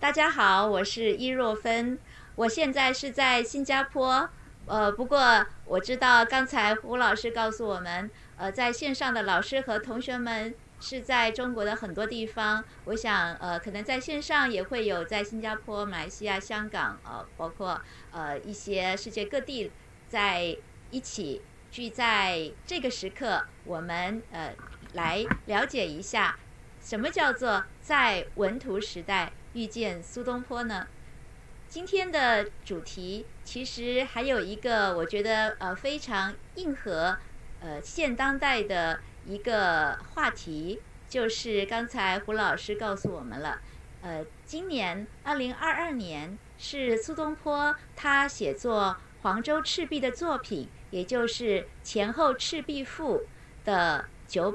大家好，我是伊若芬，我现在是在新加坡。不过我知道刚才胡老师告诉我们，在线上的老师和同学们是在中国的很多地方。我想，可能在线上也会有在新加坡、马来西亚、香港，包括一些世界各地在一起聚在这个时刻，我们来了解一下什么叫做在文图时代遇见苏东坡呢？今天的主题其实还有一个我觉得非常应和现当代的一个话题，就是刚才胡老师告诉我们了，今年2022年是苏东坡他写作黄州赤壁的作品，也就是前后赤壁赋的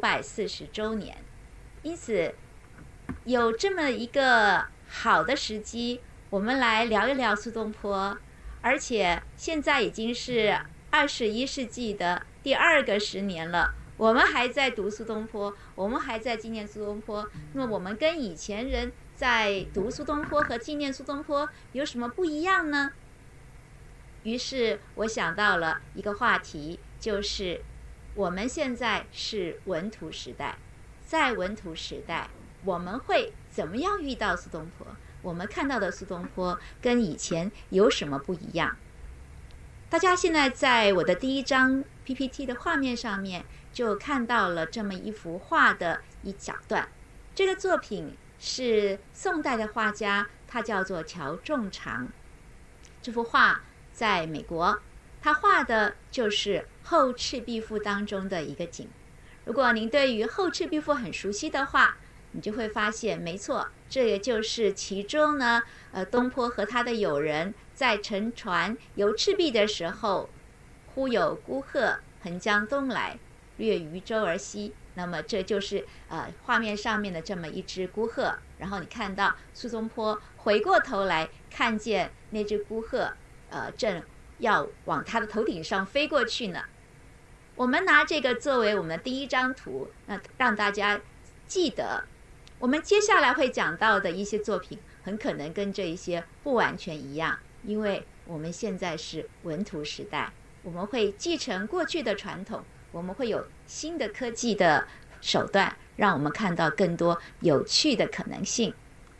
940周年，因此有这么一个好的时机，我们来聊一聊苏东坡。而且现在已经是21世纪的第2个10年了，我们还在读苏东坡，我们还在纪念苏东坡。那么我们跟以前人在读苏东坡和纪念苏东坡有什么不一样呢？于是我想到了一个话题，就是我们现在是文图时代，在文图时代我们会怎么样遇到苏东坡？我们看到的苏东坡跟以前有什么不一样？大家现在在我的第一张 PPT 的画面上面就看到了这么一幅画的一小段。这个作品是宋代的画家，他叫做乔仲常。这幅画在美国，他画的就是后赤壁赋当中的一个景。如果您对于后赤壁赋很熟悉的话，你就会发现，没错，这也就是其中呢，东坡和他的友人在乘船游赤壁的时候，忽有孤鹤横江东来，掠渔舟而西。那么这就是画面上面的这么一只孤鹤，然后你看到苏东坡回过头来，看见那只孤鹤，正要往他的头顶上飞过去呢。我们拿这个作为我们的第一张图，那让大家记得，我们接下来会讲到的一些作品很可能跟这一些不完全一样，因为我们现在是文图时代，我们会继承过去的传统，我们会有新的科技的手段，让我们看到更多有趣的可能性。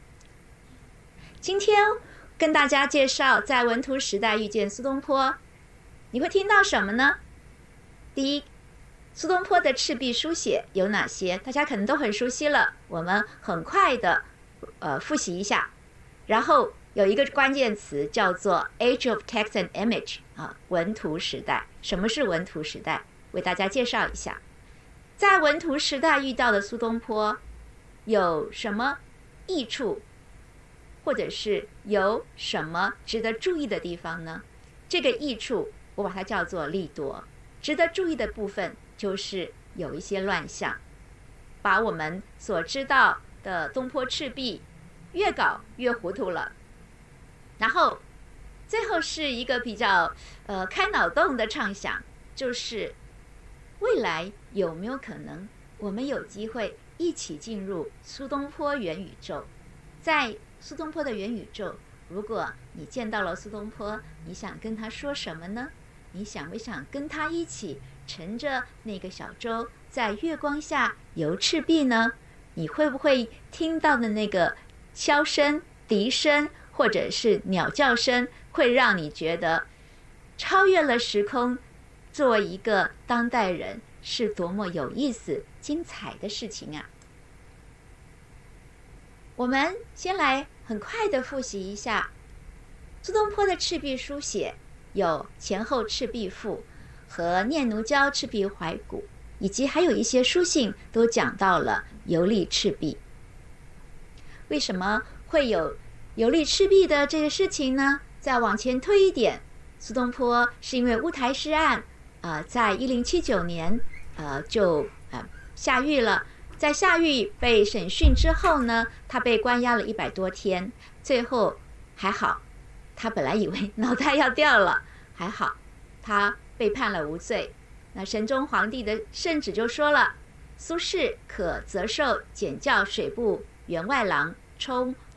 今天跟大家介绍在文图时代遇见苏东坡，你会听到什么呢？第一，苏东坡的赤壁书写有哪些？大家可能都很熟悉了，我们很快的复习一下。然后有一个关键词叫做 Age of Text and Image 文图时代。什么是文图时代？为大家介绍一下。在文图时代遇到的苏东坡有什么益处，或者是有什么值得注意的地方呢？这个益处我把它叫做利多，值得注意的部分就是有一些乱象，把我们所知道的东坡赤壁越搞越糊涂了。然后最后是一个比较开脑洞的畅想，就是未来有没有可能我们有机会一起进入苏东坡元宇宙？在苏东坡的元宇宙，如果你见到了苏东坡，你想跟他说什么呢？你想不想跟他一起乘着那个小舟在月光下游赤壁呢？你会不会听到的那个箫声、笛声或者是鸟叫声，会让你觉得超越了时空，作为一个当代人是多么有意思、精彩的事情啊！我们先来很快的复习一下苏东坡的赤壁书写，有前后赤壁赋和念奴娇赤壁怀古，以及还有一些书信都讲到了游历赤壁。为什么会有游历赤壁的这个事情呢？再往前推一点，苏东坡是因为乌台诗案在1079年就下狱了。在下狱被审讯之后呢，他被关押了100多天，最后还好，他本来以为脑袋要掉了，还好他被判了无罪。那神宗皇帝的圣旨就说了，苏轼可责授检校水部员外郎，充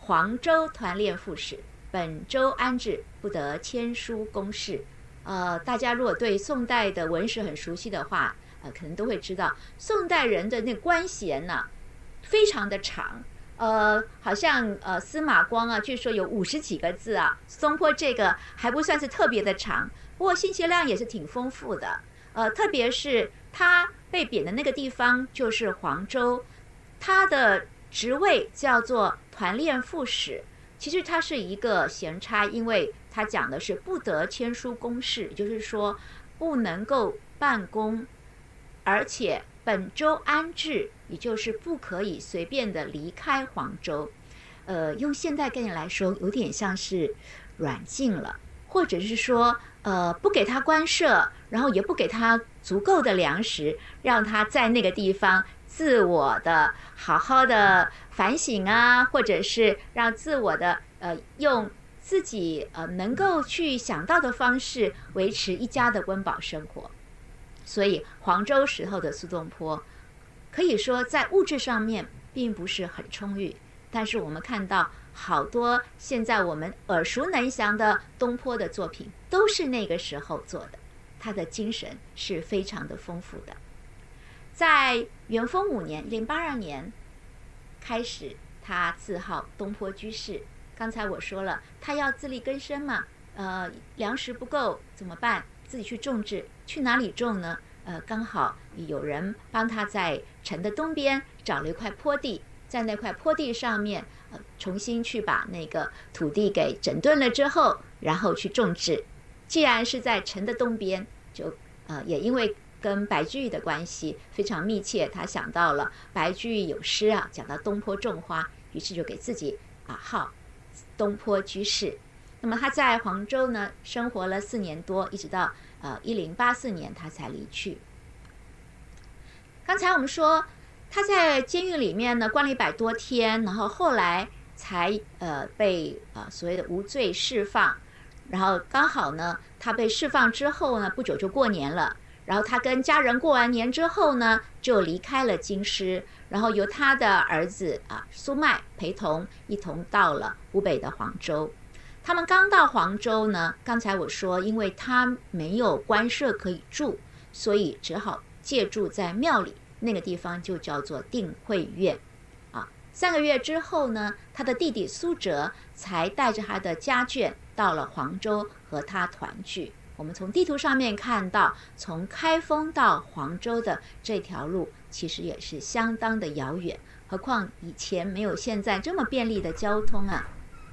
黄州团练副使，本州安置，不得签书公事。大家如果对宋代的文史很熟悉的话，可能都会知道，宋代人的那官衔呢，非常的长。好像司马光啊，据说有50几个字啊。苏东坡这个还不算是特别的长，不过信息量也是挺丰富的。特别是他被贬的那个地方就是黄州，他的职位叫做团练副使。其实他是一个闲差，因为他讲的是不得签书公事，也就是说不能够办公，而且本州安置，也就是不可以随便的离开黄州。用现代概念来说，有点像是软禁了，或者是说不给他官舍，然后也不给他足够的粮食，让他在那个地方自我的好好的反省啊，或者是让自我的用自己能够去想到的方式维持一家的温饱生活。所以黄州时候的苏东坡可以说在物质上面并不是很充裕，但是我们看到好多现在我们耳熟能详的东坡的作品都是那个时候做的，他的精神是非常的丰富的。在元丰5年1082年开始，他自号东坡居士。刚才我说了，他要自力更生嘛，粮食不够怎么办？自己去种植，去哪里种呢？刚好有人帮他在城的东边找了一块坡地，在那块坡地上面，重新去把那个土地给整顿了之后，然后去种植。既然是在城的东边，就也因为跟白居易的关系非常密切，他想到了白居易有诗啊，讲到东坡种花，于是就给自己号东坡居士。那么他在黄州呢生活了4年多，一直到1084年他才离去。刚才我们说他在监狱里面呢关了100多天，然后后来才被所谓的无罪释放。然后刚好呢他被释放之后呢不久就过年了，然后他跟家人过完年之后呢就离开了京师，然后由他的儿子苏迈陪同一同到了湖北的黄州。他们刚到黄州呢，刚才我说因为他没有官舍可以住，所以只好借住在庙里，那个地方就叫做定慧院。3个月之后呢，他的弟弟苏辙才带着他的家眷到了黄州和他团聚。我们从地图上面看到，从开封到黄州的这条路其实也是相当的遥远，何况以前没有现在这么便利的交通啊。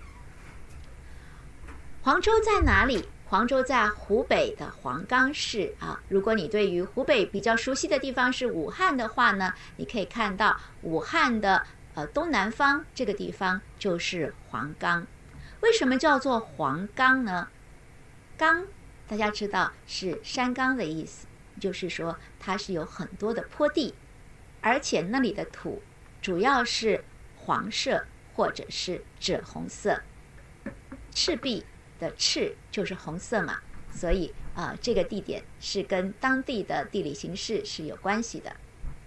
黄州在哪里？黄州在湖北的黄冈市如果你对于湖北比较熟悉的地方是武汉的话呢，你可以看到武汉的东南方这个地方就是黄冈。为什么叫做黄冈呢？冈大家知道是山冈的意思，就是说它是有很多的坡地，而且那里的土主要是黄色或者是赭红色。赤壁的赤就是红色嘛，所以这个地点是跟当地的地理形势是有关系的。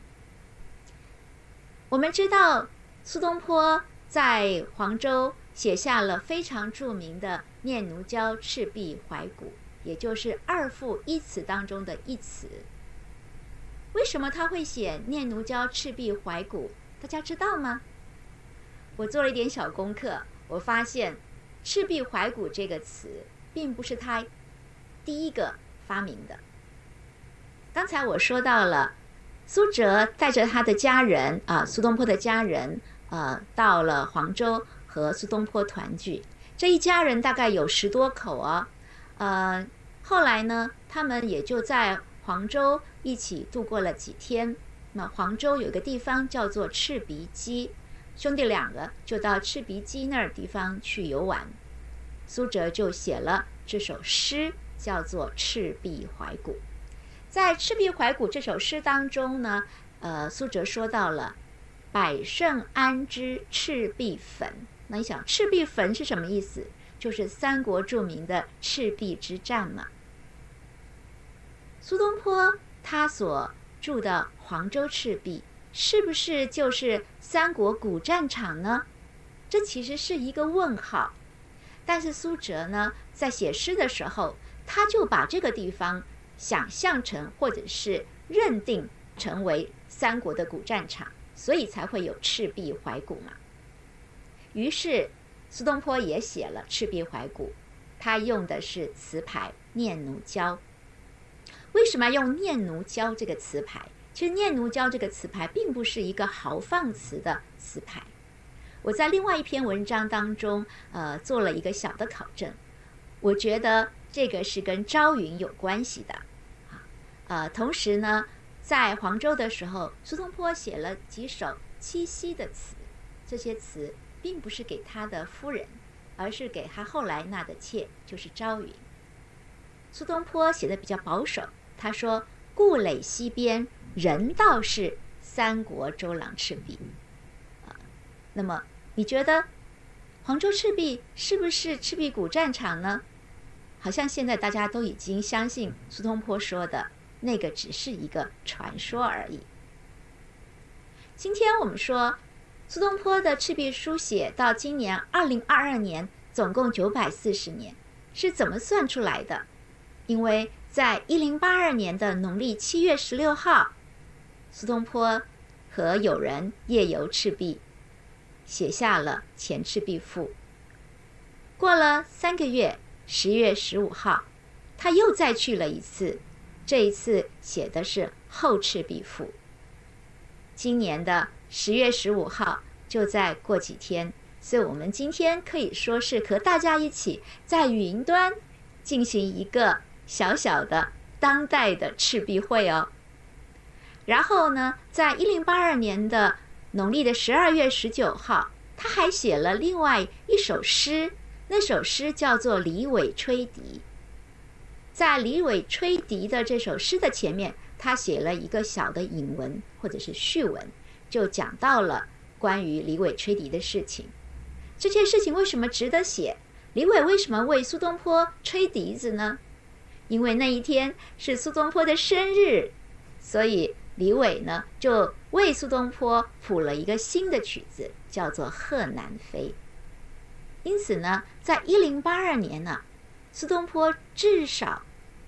我们知道苏东坡在黄州写下了非常著名的《念奴娇·赤壁怀古》，也就是2赋1词当中的一词。为什么他会写《念奴娇·赤壁怀古》？大家知道吗？我做了一点小功课，我发现赤壁怀古这个词并不是他第一个发明的。刚才我说到了苏辙带着他的家人苏东坡的家人到了黄州和苏东坡团聚。这一家人大概有10多口后来呢他们也就在黄州一起度过了几天。那黄州有一个地方叫做赤鼻矶，兄弟2个就到赤鼻矶那儿地方去游玩。苏辙就写了这首诗，叫做《赤壁怀古》。在《赤壁怀古》这首诗当中呢，苏辙说到了百胜安知赤壁粉。那你想赤壁粉是什么意思？就是三国著名的赤壁之战嘛。苏东坡他所住的黄州赤壁，是不是就是三国古战场呢？ 这其实是一个问号。但是苏辙呢，在写诗的时候，他就把这个地方想象成或者是认定成为三国的古战场，所以才会有赤壁怀古嘛。于是苏东坡也写了赤壁怀古，他用的是词牌念奴娇。为什么要用念奴娇这个词牌？其实念奴娇这个词牌并不是一个豪放词的词牌。我在另外一篇文章当中做了一个小的考证，我觉得这个是跟朝云有关系的。同时呢，在黄州的时候，苏东坡写了几首七夕的词，这些词并不是给他的夫人，而是给他后来纳的妾，就是朝云。苏东坡写的比较保守，他说故垒西边，人道是三国周郎赤壁。那么你觉得黄州赤壁是不是赤壁古战场呢？好像现在大家都已经相信苏东坡说的那个只是一个传说而已。今天我们说苏东坡的赤壁书写到今年2022年总共940年，是怎么算出来的？因为在1082年的农历7月16号，苏东坡和友人夜游赤壁，写下了《前赤壁赋》。过了3个月，10月15号，他又再去了一次，这一次写的是《后赤壁赋》。今年的10月15号就再过几天，所以我们今天可以说是和大家一起在云端进行一个小小的当代的赤壁会哦。然后呢，在1082年的农历的12月19号，他还写了另外一首诗，那首诗叫做《李尾吹笛》。在李尾吹笛的这首诗的前面，他写了一个小的引文或者是序文，就讲到了关于李尾吹笛的事情。这件事情为什么值得写？李尾为什么为苏东坡吹笛子呢？因为那一天是苏东坡的生日，所以李尾呢就为苏东坡谱了一个新的曲子，叫做《贺南飞》。因此呢，在1082年呢，苏东坡至少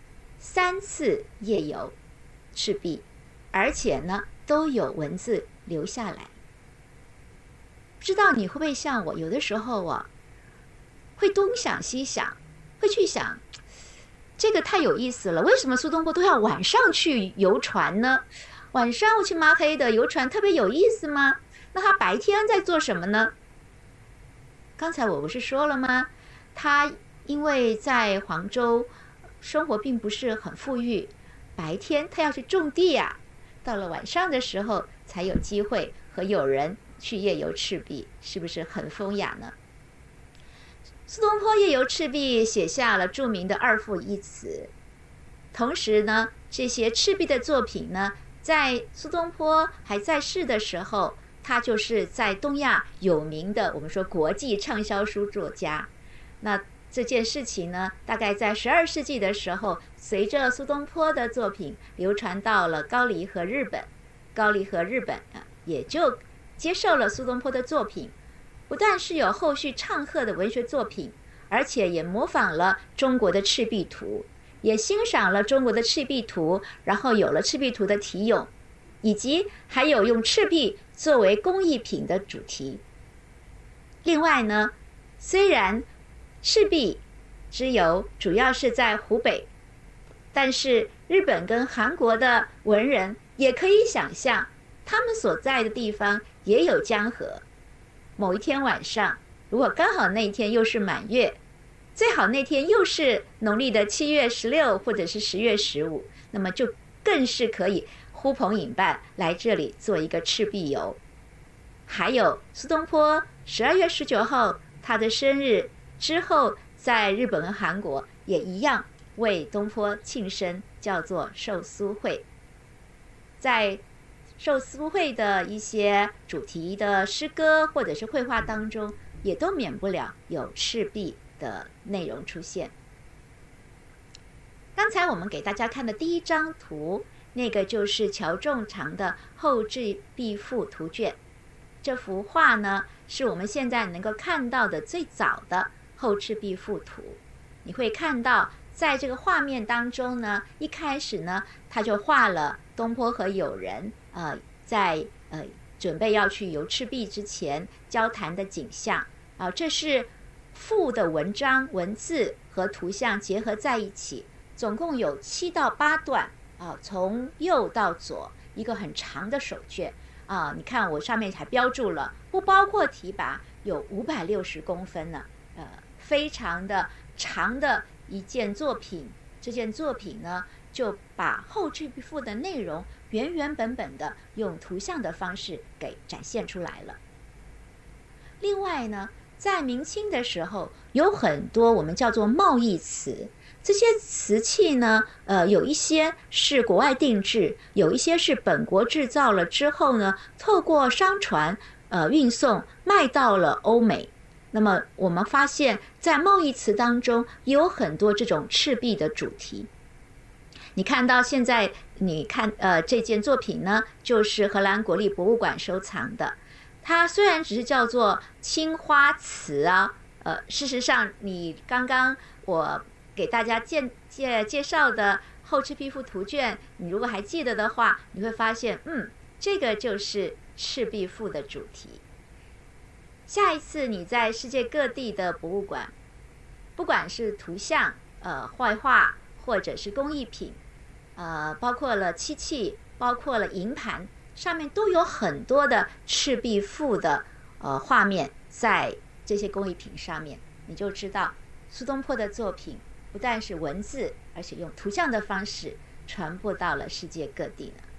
3次夜游赤壁，而且呢都有文字留下来。不知道你会不会像我，有的时候会东想西想，会去想这个太有意思了，为什么苏东坡都要晚上去游船呢？晚上去抹黑的游船特别有意思吗？那他白天在做什么呢？刚才我不是说了吗？他因为在黄州生活并不是很富裕，白天他要去种地啊，到了晚上的时候才有机会和友人去夜游赤壁，是不是很风雅呢？苏东坡夜游赤壁，写下了著名的二赋一词。同时呢，这些赤壁的作品呢，在苏东坡还在世的时候，他就是在东亚有名的我们说国际畅销书作家。那这件事情呢，大概在12世纪的时候，随着苏东坡的作品流传到了高丽和日本，高丽和日本也就接受了苏东坡的作品，不但是有后续唱和的文学作品，而且也模仿了中国的赤壁图，也欣赏了中国的赤壁图，然后有了赤壁图的题咏，以及还有用赤壁作为工艺品的主题。另外呢，虽然赤壁之游主要是在湖北，但是日本跟韩国的文人也可以想象，他们所在的地方也有江河。某一天晚上，如果刚好那一天又是满月，最好那天又是农历的7月16或者是10月15，那么就更是可以呼朋引伴来这里做一个赤壁游。还有苏东坡12月19号他的生日之后，在日本和韩国也一样为东坡庆生，叫做寿苏会。在寿苏会的一些主题的诗歌或者是绘画当中，也都免不了有赤壁的内容出现。刚才我们给大家看的第一张图，那个就是乔仲常的《后赤壁赋图卷》。这幅画呢是我们现在能够看到的最早的后赤壁赋图。你会看到在这个画面当中呢，一开始呢他就画了东坡和友人在准备要去游赤壁之前交谈的景象这是赋的文章文字和图像结合在一起，总共有7到8段从右到左一个很长的手卷你看我上面还标注了，不包括提拔，有560公分呢，非常的长的一件作品。这件作品呢，就把后赤壁赋的内容原原本本的用图像的方式给展现出来了。另外呢，在明清的时候，有很多我们叫做贸易瓷，这些瓷器呢，有一些是国外定制，有一些是本国制造了之后呢，透过商船运送卖到了欧美。那么我们发现在贸易瓷当中也有很多这种赤壁的主题。你看到现在你看这件作品呢，就是荷兰国立博物馆收藏的。它虽然只是叫做青花瓷事实上你刚刚我给大家介绍的后赤壁赋图卷，你如果还记得的话，你会发现这个就是赤壁赋的主题。下一次你在世界各地的博物馆，不管是图像绘画或者是工艺品包括了漆器，包括了银盘，上面都有很多的赤壁赋的画面在这些工艺品上面，你就知道苏东坡的作品不但是文字，而且用图像的方式传播到了世界各地呢。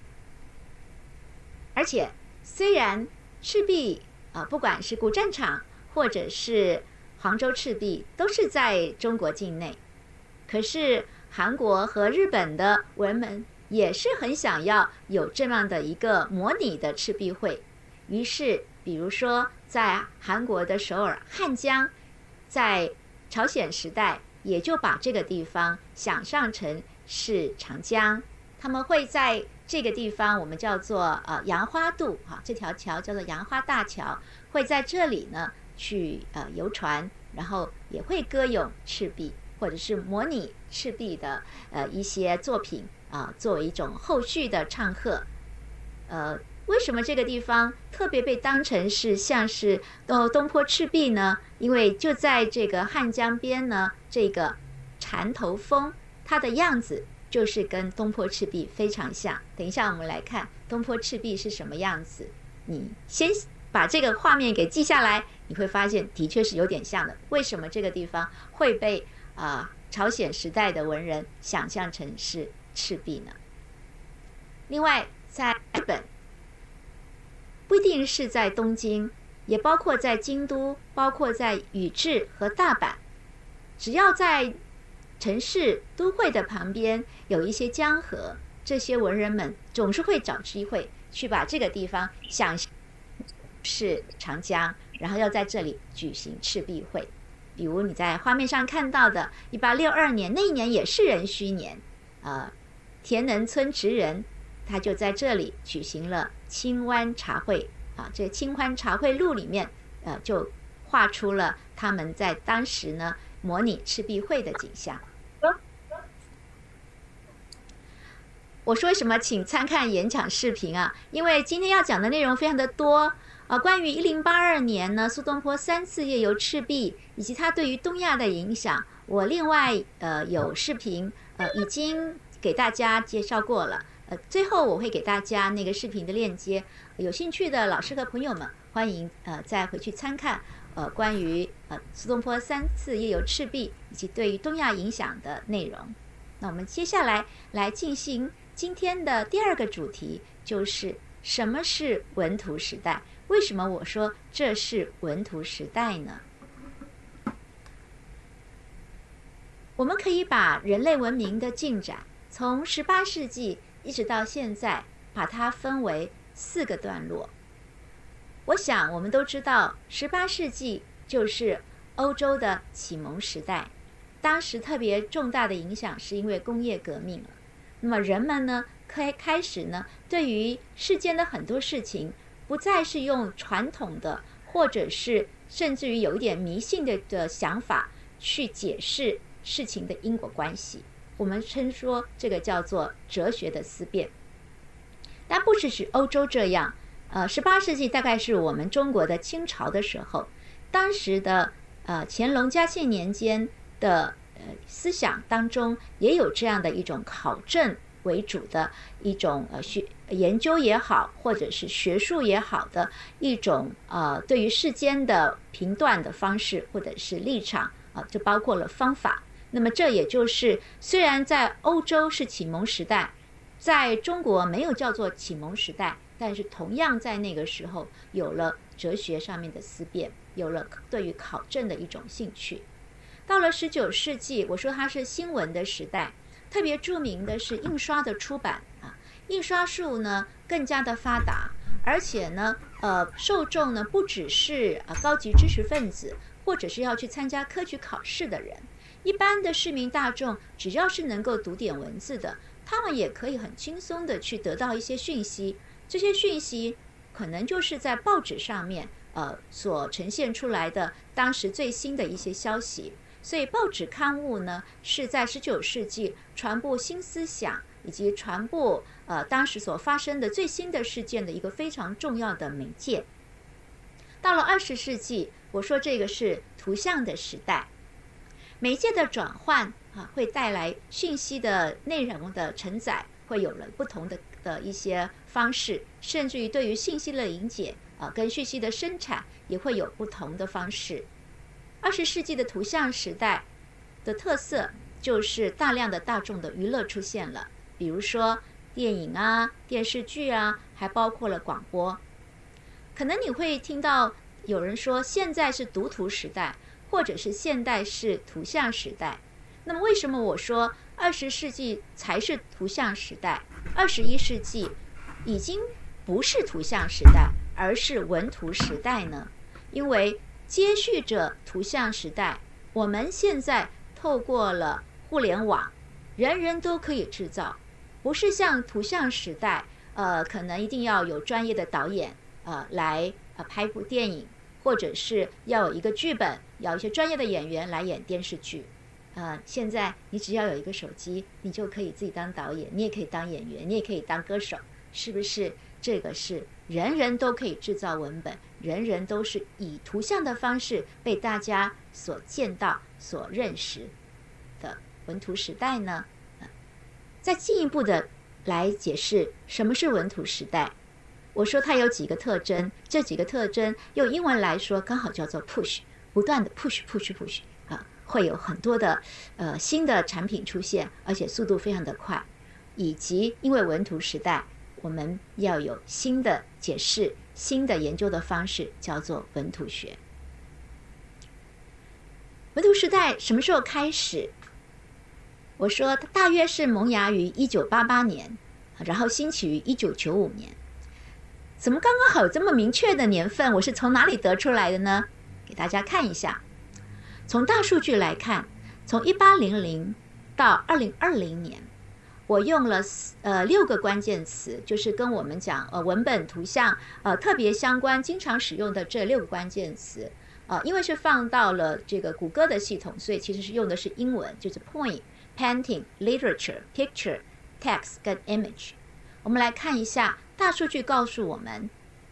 而且虽然赤壁不管是古战场或者是杭州赤壁都是在中国境内，可是韩国和日本的文人们也是很想要有这样的一个模拟的赤壁会。于是比如说在韩国的首尔汉江，在朝鲜时代也就把这个地方想象成是长江，他们会在这个地方我们叫做杨花渡这条桥叫做杨花大桥，会在这里呢去游船，然后也会歌咏赤壁，或者是模拟赤壁的一些作品作为一种后续的唱和。为什么这个地方特别被当成是像是东坡赤壁呢？因为就在这个汉江边呢，这个缠头峰它的样子就是跟东坡赤壁非常像。等一下我们来看东坡赤壁是什么样子，你先把这个画面给记下来，你会发现的确是有点像的。为什么这个地方会被朝鲜时代的文人想象成是赤壁呢？另外在日本，不一定是在东京，也包括在京都，包括在宇治和大阪，只要在城市都会的旁边有一些江河，这些文人们总是会找机会去把这个地方想象是长江，然后要在这里举行赤壁会。比如你在画面上看到的1862年，那一年也是壬戌年田能村职人他就在这里举行了青湾茶会这青湾茶会录里面就画出了他们在当时呢模拟赤壁会的景象。我说什么请参看演讲视频因为今天要讲的内容非常的多关于1082年呢苏东坡3次夜游赤壁以及他对于东亚的影响，我另外有视频已经给大家介绍过了。最后我会给大家那个视频的链接，有兴趣的老师和朋友们欢迎再回去参看关于苏东坡3次夜游赤壁以及对于东亚影响的内容。那我们接下来来进行今天的第2个主题，就是什么是文图时代？为什么我说这是文图时代呢？我们可以把人类文明的进展从18世纪一直到现在把它分为4个段落。我想我们都知道18世纪就是欧洲的启蒙时代，当时特别重大的影响是因为工业革命了。那么人们呢开始呢对于世间的很多事情不再是用传统的或者是甚至于有一点迷信的想法去解释事情的因果关系。我们称说这个叫做哲学的思辨。但不只是欧洲这样，18世纪大概是我们中国的清朝的时候，当时的乾隆嘉庆年间的思想当中也有这样的一种考证为主的一种研究也好，或者是学术也好的一种对于世间的评断的方式或者是立场就包括了方法。那么这也就是虽然在欧洲是启蒙时代，在中国没有叫做启蒙时代，但是同样在那个时候有了哲学上面的思辨，有了对于考证的一种兴趣。到了19世纪，我说它是新文的时代，特别著名的是印刷的出版印刷术呢更加的发达，而且呢受众呢不只是高级知识分子，或者是要去参加科举考试的人，一般的市民大众只要是能够读点文字的，他们也可以很轻松的去得到一些讯息。这些讯息可能就是在报纸上面所呈现出来的当时最新的一些消息。所以报纸刊物呢是在19世纪传播新思想以及传播当时所发生的最新的事件的一个非常重要的媒介。到了20世纪，我说这个是图像的时代，媒介的转换会带来讯息的内容的承载，会有了不同的一些方式，甚至于对于信息的理解跟讯息的生产也会有不同的方式。20世纪的图像时代的特色就是大量的大众的娱乐出现了，比如说电影电视剧还包括了广播。可能你会听到有人说现在是读图时代，或者是现代是图像时代。那么为什么我说20世纪才是图像时代，21世纪已经不是图像时代，而是文图时代呢？因为接续着图像时代，我们现在透过了互联网，人人都可以制造，不是像图像时代可能一定要有专业的导演来拍一部电影，或者是要有一个剧本，要一些专业的演员来演电视剧。现在你只要有一个手机，你就可以自己当导演，你也可以当演员，你也可以当歌手，是不是？这个是人人都可以制造文本，人人都是以图像的方式被大家所见到、所认识的文图时代呢？再进一步的来解释什么是文图时代，我说它有几个特征，这几个特征用英文来说刚好叫做 push， 不断的 push 会有很多的新的产品出现，而且速度非常的快，以及因为文图时代我们要有新的解释、新的研究的方式，叫做文图学。文图时代什么时候开始？我说它大约是萌芽于1988年，然后兴起于1995年。怎么刚刚好有这么明确的年份？我是从哪里得出来的呢？给大家看一下。从大数据来看，从1800到2020年，我用了6个关键词，就是跟我们讲文本图像特别相关、经常使用的这6个关键词。因为是放到了这个谷歌的系统，所以其实是用的是英文，就是 point、painting、literature、picture、text 跟 image。我们来看一下，大数据告诉我们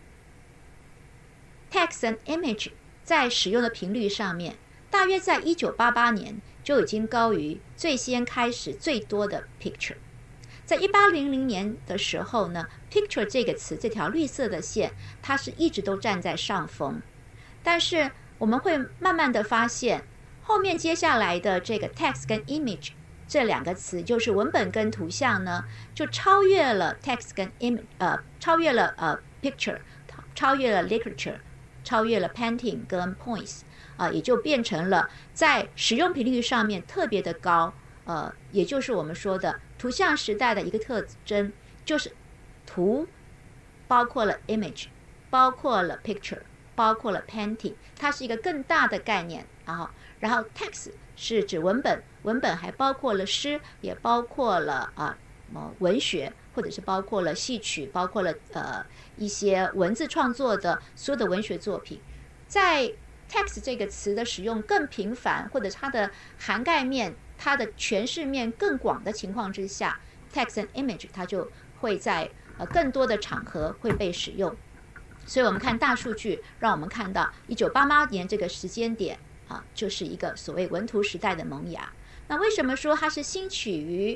text and image 在使用的频率上面，大约在1988年就已经高于最先开始最多的 picture。在1800年的时候呢， picture 这个词，这条绿色的线，它是一直都站在上风。但是我们会慢慢的发现，后面接下来的这个 text 跟 image 这2个词，就是文本跟图像呢，就超越了 text 跟 image，超越了picture， 超越了 literature， 超越了 painting 跟 points，也就变成了在使用频率上面特别的高。也就是我们说的图像时代的一个特征，就是图包括了 image， 包括了 picture， 包括了 painting， 它是一个更大的概念。然后 text 是指文本，文本还包括了诗，也包括了文学，或者是包括了戏曲，包括了一些文字创作的所有的文学作品。 在 text 这个词的使用更频繁，或者它的涵盖面、它的诠释面更广的情况之下， text and image 它就会在更多的场合会被使用。所以我们看大数据，让我们看到1988年这个时间点就是一个所谓文图时代的萌芽。那为什么说它是兴起于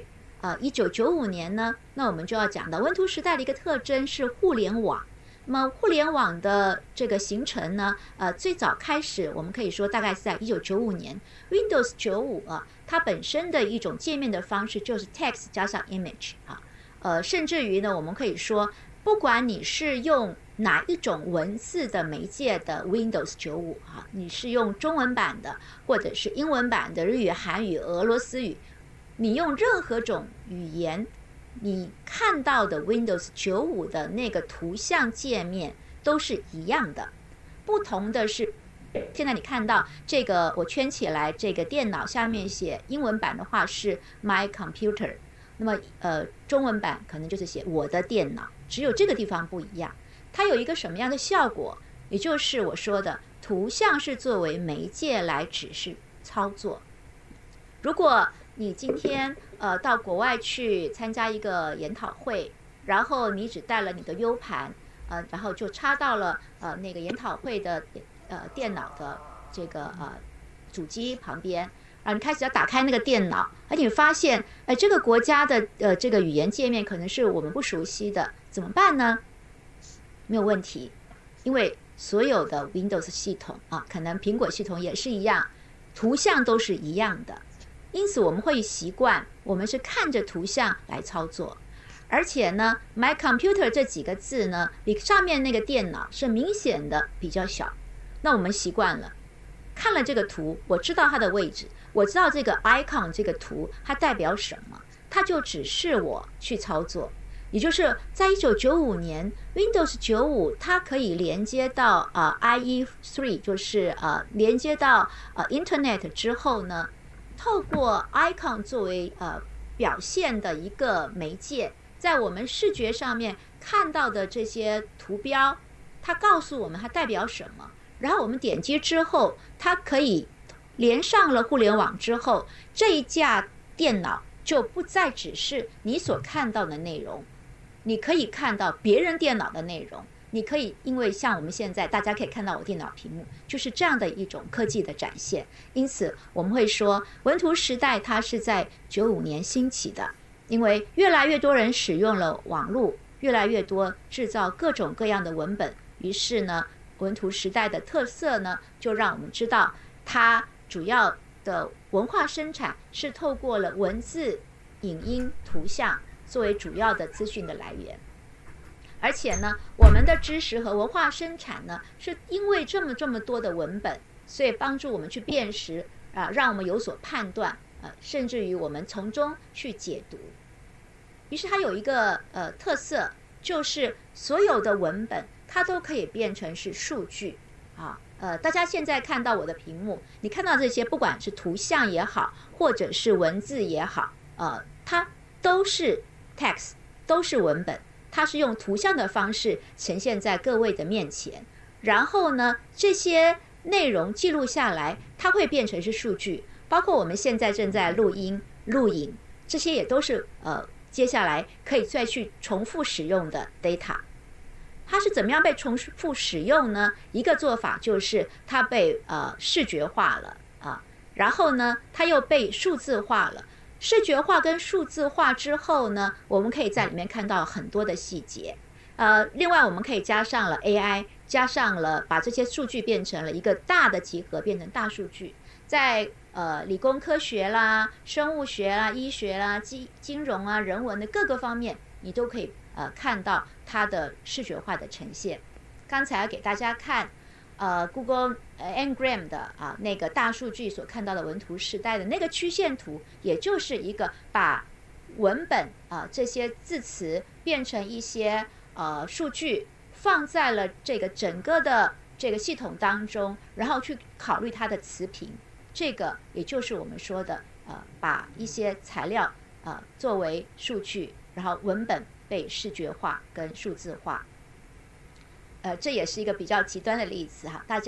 1995年呢？那我们就要讲到文图时代的一个特征是互联网。那么互联网的这个形成呢，最早开始我们可以说大概是在1995年 Windows 95它本身的一种界面的方式就是 text 加上 image 甚至于呢，我们可以说不管你是用哪一种文字的媒介的 Windows 95你是用中文版的，或者是英文版的日语、韩语、俄罗斯语，你用任何种语言，你看到的 Windows 95的那个图像界面都是一样的。不同的是，现在你看到这个我圈起来这个电脑下面写英文版的话是 My Computer， 那么中文版可能就是写我的电脑，只有这个地方不一样。它有一个什么样的效果？也就是我说的图像是作为媒介来指示操作。如果你今天到国外去参加一个研讨会，然后你只带了你的 U 盘然后就插到了那个研讨会的电脑的这个主机旁边，然后你开始要打开那个电脑，而你发现这个国家的这个语言界面可能是我们不熟悉的，怎么办呢？没有问题，因为所有的 Windows 系统可能苹果系统也是一样，图像都是一样的，因此我们会习惯我们是看着图像来操作。而且呢 My Computer 这几个字呢，比上面那个电脑是明显的比较小，那我们习惯了，看了这个图，我知道它的位置，我知道这个 icon 这个图它代表什么，它就指示我去操作。也就是在1995年 Windows 95它可以连接到IE3， 就是连接到Internet 之后呢，透过 icon 作为表现的一个媒介，在我们视觉上面看到的这些图标，它告诉我们它代表什么，然后我们点击之后，它可以连上了互联网之后，这一架电脑就不再只是你所看到的内容，你可以看到别人电脑的内容，你可以因为像我们现在大家可以看到我电脑屏幕，就是这样的一种科技的展现。因此我们会说文图时代它是在95年兴起的，因为越来越多人使用了网络，越来越多制造各种各样的文本，于是呢文图时代的特色呢，就让我们知道它主要的文化生产是透过了文字、影音、图像作为主要的资讯的来源。而且呢，我们的知识和文化生产呢，是因为这么多的文本，所以帮助我们去辨识让我们有所判断甚至于我们从中去解读。于是它有一个特色，就是所有的文本它都可以变成是数据大家现在看到我的屏幕，你看到这些不管是图像也好，或者是文字也好它都是 text， 都是文本，它是用图像的方式呈现在各位的面前，然后呢这些内容记录下来，它会变成是数据，包括我们现在正在录音、录影，这些也都是接下来可以再去重复使用的 data。 它是怎么样被重复使用呢？一个做法就是它被视觉化了然后呢它又被数字化了。视觉化跟数字化之后呢，我们可以在里面看到很多的细节另外我们可以加上了 AI， 加上了把这些数据变成了一个大的集合，变成大数据，在理工科学啦、生物学啦、医学啦、金融人文的各个方面，你都可以看到它的视觉化的呈现。刚才给大家看Google Ngram 的那个大数据所看到的文图时代的那个曲线图，也就是一个把文本这些字词变成一些数据，放在了这个整个的这个系统当中，然后去考虑它的词频。这个也就是我们说的把一些材料作为数据，然后文本被视觉化跟数字化。这也是一个比较极端的例子大家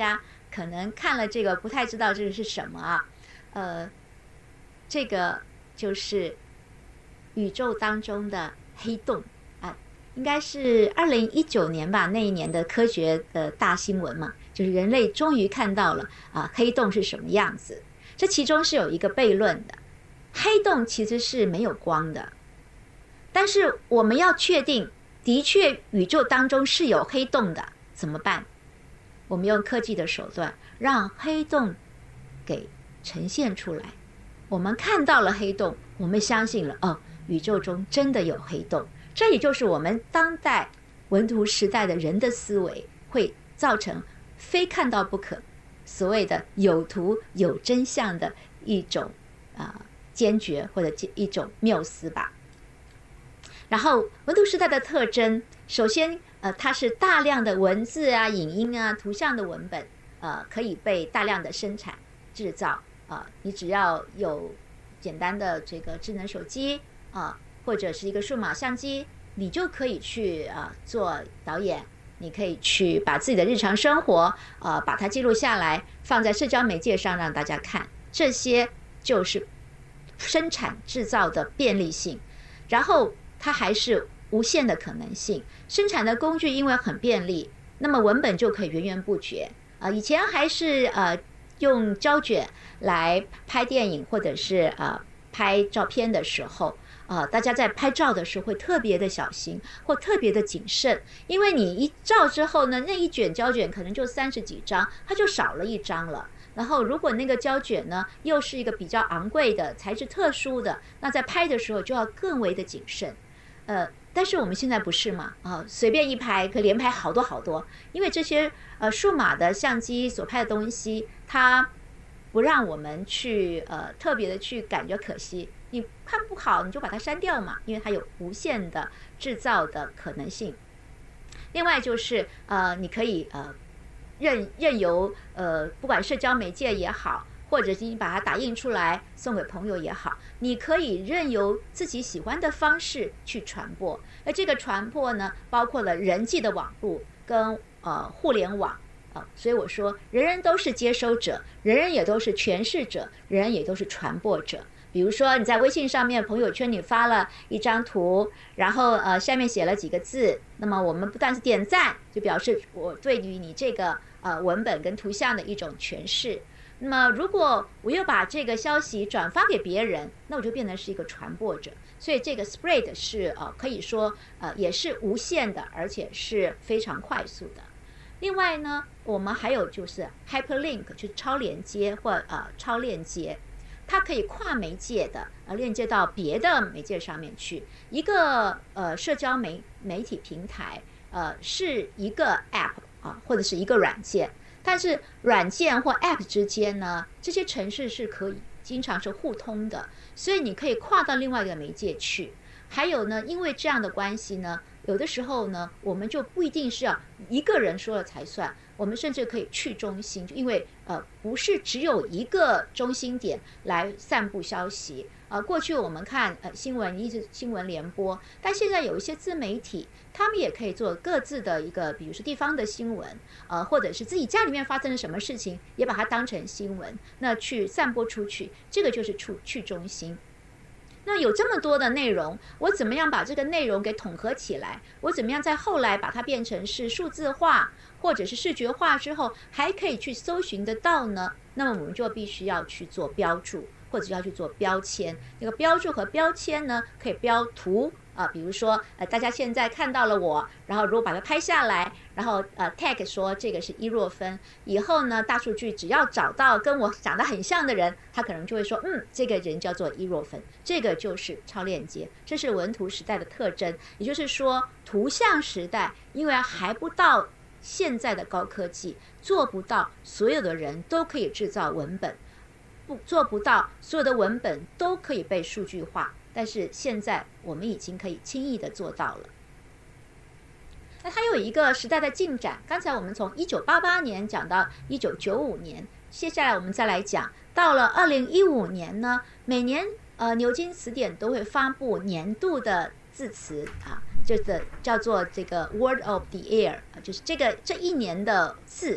可能看了这个不太知道这个是什么啊。这个就是宇宙当中的黑洞啊，应该是2019年吧，那一年的科学的大新闻嘛，就是人类终于看到了黑洞是什么样子。这其中是有一个悖论的，黑洞其实是没有光的，但是我们要确定的确宇宙当中是有黑洞的，怎么办？我们用科技的手段让黑洞给呈现出来，我们看到了黑洞，我们相信了宇宙中真的有黑洞。这也就是我们当代文图时代的人的思维会造成非看到不可，所谓的有图有真相的一种坚决或者一种谬思吧。然后文图时代的特征，首先它是大量的文字啊、影音啊、图像的文本可以被大量的生产制造你只要有简单的这个智能手机或者是一个数码相机，你就可以去做导演，你可以去把自己的日常生活把它记录下来，放在社交媒介上让大家看，这些就是生产制造的便利性。然后它还是无限的可能性，生产的工具因为很便利，那么文本就可以源源不绝以前还是用胶卷来拍电影或者是拍照片的时候大家在拍照的时候会特别的小心或特别的谨慎，因为你一照之后呢，那一卷胶卷可能就30几张，它就少了一张了。然后如果那个胶卷呢又是一个比较昂贵的材质特殊的，那在拍的时候就要更为的谨慎但是我们现在不是嘛随便一拍可以连拍好多好多，因为这些数码的相机所拍的东西，它不让我们去特别的去感觉可惜，你看不好你就把它删掉嘛，因为它有无限的制造的可能性。另外就是你可以任由不管社交媒介也好，或者是你把它打印出来送给朋友也好，你可以任由自己喜欢的方式去传播。而这个传播呢，包括了人际的网络跟互联网所以我说人人都是接收者，人人也都是诠释者，人人也都是传播者。比如说你在微信上面朋友圈你发了一张图，然后下面写了几个字，那么我们不但是点赞，就表示我对于你这个文本跟图像的一种诠释。那么如果我又把这个消息转发给别人，那我就变成是一个传播者。所以这个 spread 是可以说也是无限的，而且是非常快速的。另外呢，我们还有就是 hyperlink， 就是超连接或超链接，它可以跨媒介的链接到别的媒介上面去。一个社交媒体平台是一个 app 或者是一个软件，但是软件或 app 之间呢，这些程式是可以经常是互通的，所以你可以跨到另外一个媒介去。还有呢，因为这样的关系呢，有的时候呢，我们就不一定是要一个人说了才算，我们甚至可以去中心，因为不是只有一个中心点来散布消息过去我们看新闻一直新闻联播，但现在有一些自媒体，他们也可以做各自的一个，比如说地方的新闻或者是自己家里面发生了什么事情，也把它当成新闻，那去散播出去，这个就是去中心。那有这么多的内容，我怎么样把这个内容给统合起来？我怎么样在后来把它变成是数字化或者是视觉化之后，还可以去搜寻得到呢？那么我们就必须要去做标注，或者要去做标签。那个标注和标签呢，可以标图比如说大家现在看到了我，然后如果把它拍下来，然后tag 说这个是伊若芬，以后呢大数据只要找到跟我长得很像的人，他可能就会说这个人叫做伊若芬，这个就是超链接。这是文图时代的特征，也就是说图像时代因为还不到现在的高科技，做不到所有的人都可以制造文本，做不到所有的文本都可以被数据化，但是现在我们已经可以轻易的做到了。那它有一个时代的进展，刚才我们从1988年讲到1995年，接下来我们再来讲到了2015年呢，每年牛津词典都会发布年度的字词就是叫做这个 Word of the Year， 就是这一年的字。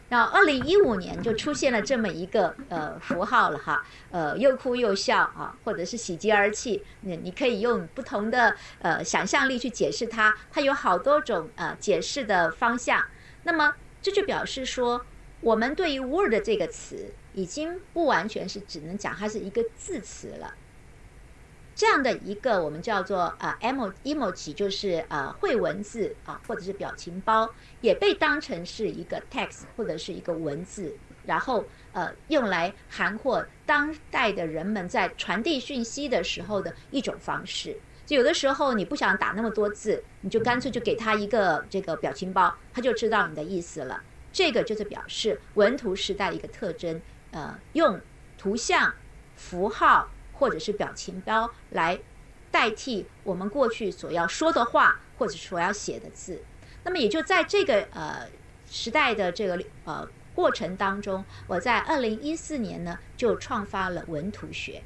然后2015年就出现了这么一个符号了哈，又哭又笑啊，或者是喜极而泣，你可以用不同的想象力去解释它，它有好多种解释的方向。那么这就表示说，我们对于 word 这个词已经不完全是只能讲它是一个字词了。这样的一个我们叫做emoji， 就是绘文字或者是表情包，也被当成是一个 text 或者是一个文字，然后用来含括当代的人们在传递讯息的时候的一种方式。就有的时候你不想打那么多字，你就干脆就给他一个这个表情包，他就知道你的意思了。这个就是表示文图时代的一个特征，用图像、符号或者是表情包来代替我们过去所要说的话或者所要写的字。那么也就在这个时代的这个过程当中，我在2014年呢就创发了文图学。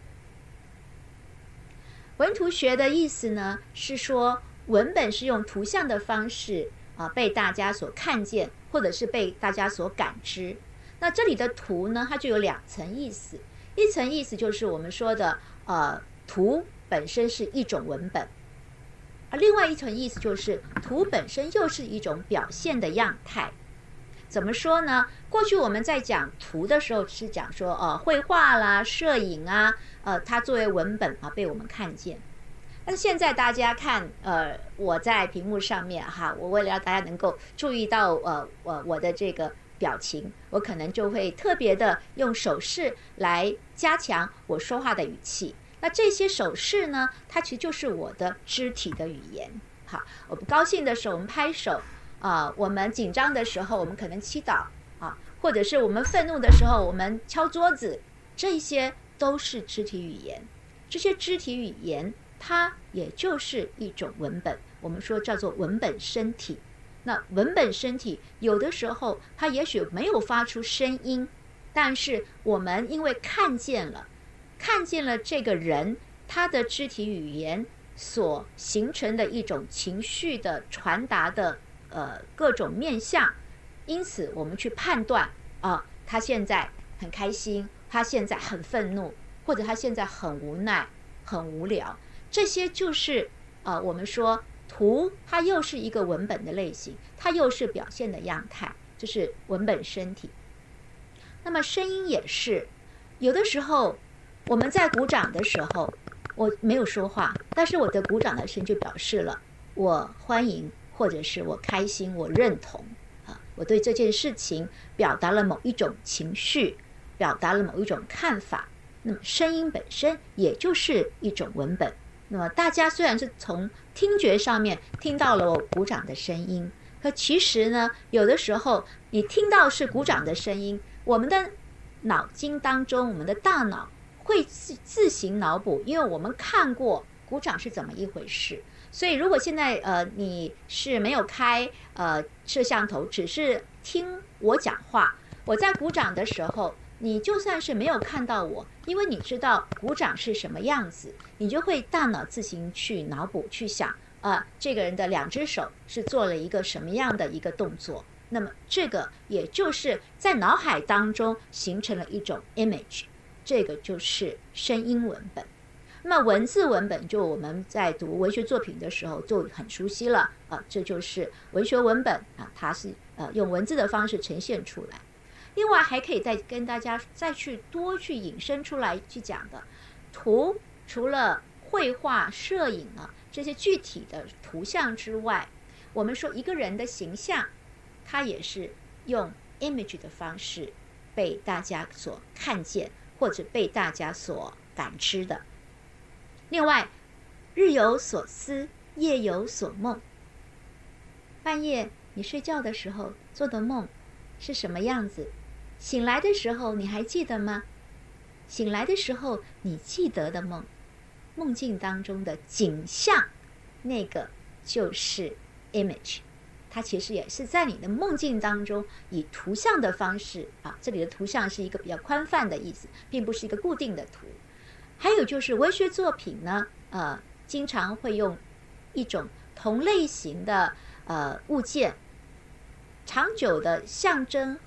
文图学的意思呢是说，文本是用图像的方式被大家所看见，或者是被大家所感知。那这里的图呢，它就有2层意思。一层意思就是我们说的图本身是一种文本，而另外一层意思就是图本身又是一种表现的样态。怎么说呢？过去我们在讲图的时候是讲说绘画啦、摄影啊，它作为文本被我们看见。但是现在大家看我在屏幕上面哈，我为了让大家能够注意到我的这个表情，我可能就会特别的用手势来加强我说话的语气。那这些手势呢，它其实就是我的肢体的语言。好，我们高兴的时候我们拍手我们紧张的时候我们可能祈祷或者是我们愤怒的时候我们敲桌子，这些都是肢体语言。这些肢体语言它也就是一种文本，我们说叫做文本身体。那文本身体有的时候它也许没有发出声音，但是我们因为看见了这个人他的肢体语言所形成的一种情绪的传达的各种面向，因此我们去判断他现在很开心，他现在很愤怒，或者他现在很无奈很无聊。这些就是我们说图它又是一个文本的类型，它又是表现的样态，就是文本身体。那么声音也是，有的时候我们在鼓掌的时候我没有说话，但是我的鼓掌的声音就表示了我欢迎，或者是我开心，我认同我对这件事情表达了某一种情绪，表达了某一种看法。那么声音本身也就是一种文本。那么大家虽然是从听觉上面听到了我鼓掌的声音，可其实呢，有的时候你听到是鼓掌的声音，我们的脑筋当中，我们的大脑会自行脑补，因为我们看过鼓掌是怎么一回事。所以如果现在你是没有开摄像头，只是听我讲话，我在鼓掌的时候，你就算是没有看到我，因为你知道鼓掌是什么样子，你就会大脑自行去脑补，去想这个人的2只手是做了一个什么样的一个动作。那么这个也就是在脑海当中形成了一种 image， 这个就是声音文本。那么文字文本就我们在读文学作品的时候就很熟悉了这就是文学文本它是用文字的方式呈现出来。另外还可以再跟大家再去多去引申出来去讲的图，除了绘画、摄影这些具体的图像之外，我们说一个人的形象，它也是用 image 的方式被大家所看见，或者被大家所感知的。另外，日有所思，夜有所梦。半夜你睡觉的时候做的梦是什么样子？醒来的时候你还记得吗？醒来的时候你记得的梦，梦境当中的景象，那个就是 image。 它其实也是在你的梦境当中以图像的方式这里的图像是一个比较宽泛的意思，并不是一个固定的图。还有就是文学作品呢经常会用一种同类型的物件长久的象征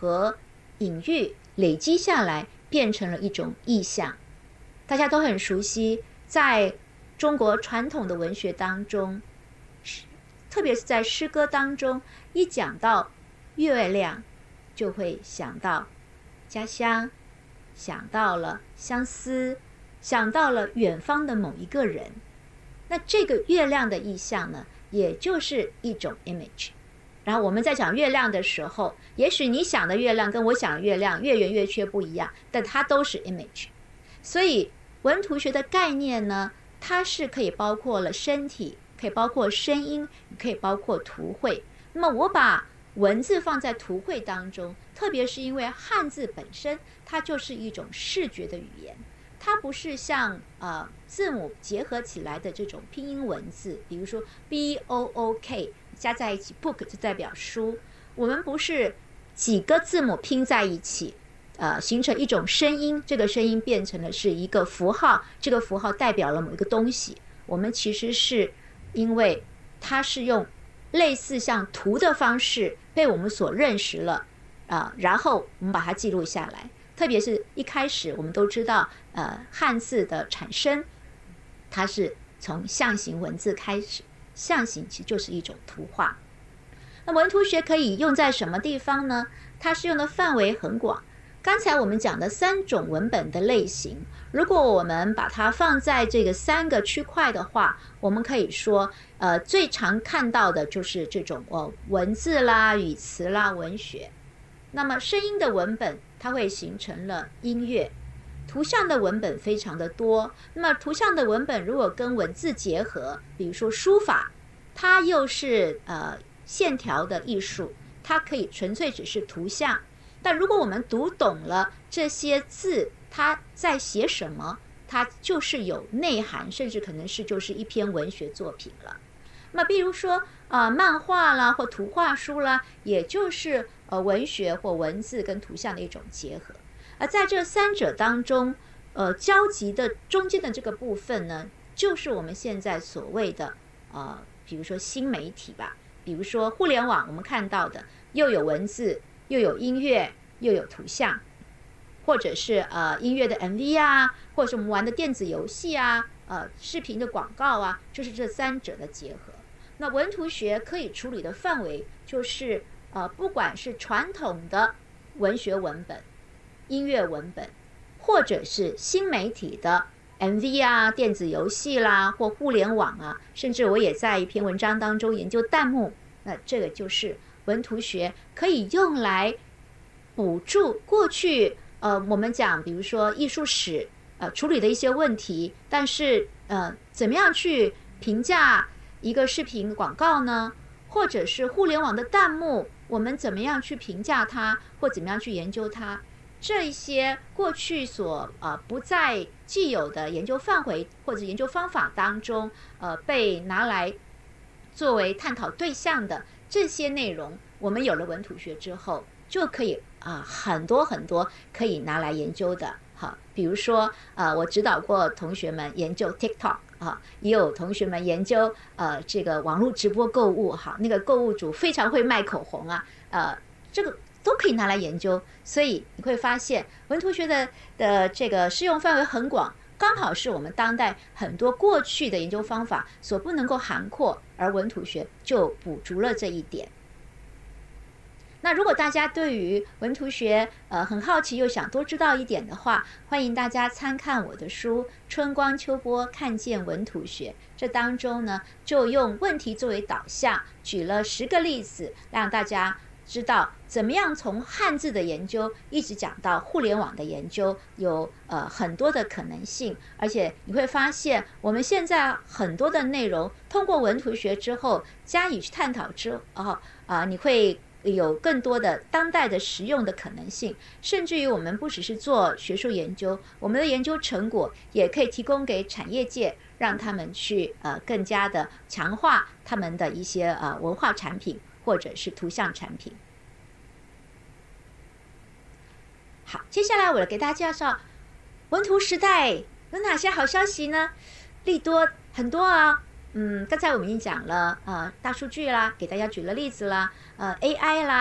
和隐喻累积下来，变成了一种意象。大家都很熟悉，在中国传统的文学当中，特别是在诗歌当中，一讲到月亮，就会想到家乡，想到了相思，想到了远方的某一个人。那这个月亮的意象呢，也就是一种 image。然后我们在讲月亮的时候，也许你想的月亮跟我想的月亮月圆月缺不一样，但它都是 image。所以文图学的概念呢，它是可以包括了身体，可以包括声音，可以包括图绘。那么我把文字放在图绘当中，特别是因为汉字本身它就是一种视觉的语言，它不是像字母结合起来的这种拼音文字，比如说 BOOK 加在一起 book 就代表书，我们不是几个字母拼在一起形成一种声音，这个声音变成了是一个符号，这个符号代表了某一个东西。我们其实是因为它是用类似像图的方式被我们所认识了然后我们把它记录下来。特别是一开始我们都知道汉字的产生，它是从象形文字开始，象形其实就是一种图画。那文图学可以用在什么地方呢？它是用的范围很广。刚才我们讲的3种文本的类型，如果我们把它放在这个3个区块的话，我们可以说最常看到的就是这种文字啦、语词啦、文学。那么声音的文本它会形成了音乐，图像的文本非常的多。那么图像的文本如果跟文字结合，比如说书法，它又是线条的艺术，它可以纯粹只是图像。但如果我们读懂了这些字它在写什么，它就是有内涵，甚至可能是就是一篇文学作品了。那么比如说漫画啦或图画书啦，也就是文学或文字跟图像的一种结合。而在这3者当中交集的中间的这个部分呢，就是我们现在所谓的比如说新媒体吧，比如说互联网，我们看到的又有文字又有音乐又有图像，或者是音乐的 MV 啊，或者是我们玩的电子游戏啊，视频的广告啊，就是这3者的结合。那文图学可以处理的范围就是不管是传统的文学文本、音乐文本，或者是新媒体的 MV 啊、电子游戏啦，或互联网啊，甚至我也在一篇文章当中研究弹幕。那这个就是文图学可以用来补助过去我们讲比如说艺术史处理的一些问题，但是怎么样去评价一个视频广告呢？或者是互联网的弹幕，我们怎么样去评价它，或怎么样去研究它？这一些过去所不在既有的研究范围或者研究方法当中被拿来作为探讨对象的这些内容，我们有了文图学之后，就可以很多很多可以拿来研究的。好，比如说我指导过同学们研究 TikTok 也有同学们研究这个网络直播购物那个购物主非常会卖口红这个都可以拿来研究。所以你会发现文图学的这个适用范围很广，刚好是我们当代很多过去的研究方法所不能够涵括，而文图学就补足了这一点。那如果大家对于文图学很好奇又想多知道一点的话，欢迎大家参看我的书《春光秋波看见文图学》。这当中呢，就用问题作为导向，举了10个例子，让大家知道怎么样从汉字的研究一直讲到互联网的研究，有很多的可能性。而且你会发现我们现在很多的内容通过文图学之后加以去探讨之后你会有更多的当代的实用的可能性。甚至于我们不只是做学术研究，我们的研究成果也可以提供给产业界，让他们去更加的强化他们的一些文化产品或者是图像产品。好，接下来我来给大家介绍文图时代有哪些好消息呢？利多很多刚才我们已经讲了大数据啦，给大家举了例子啦，AI 啦，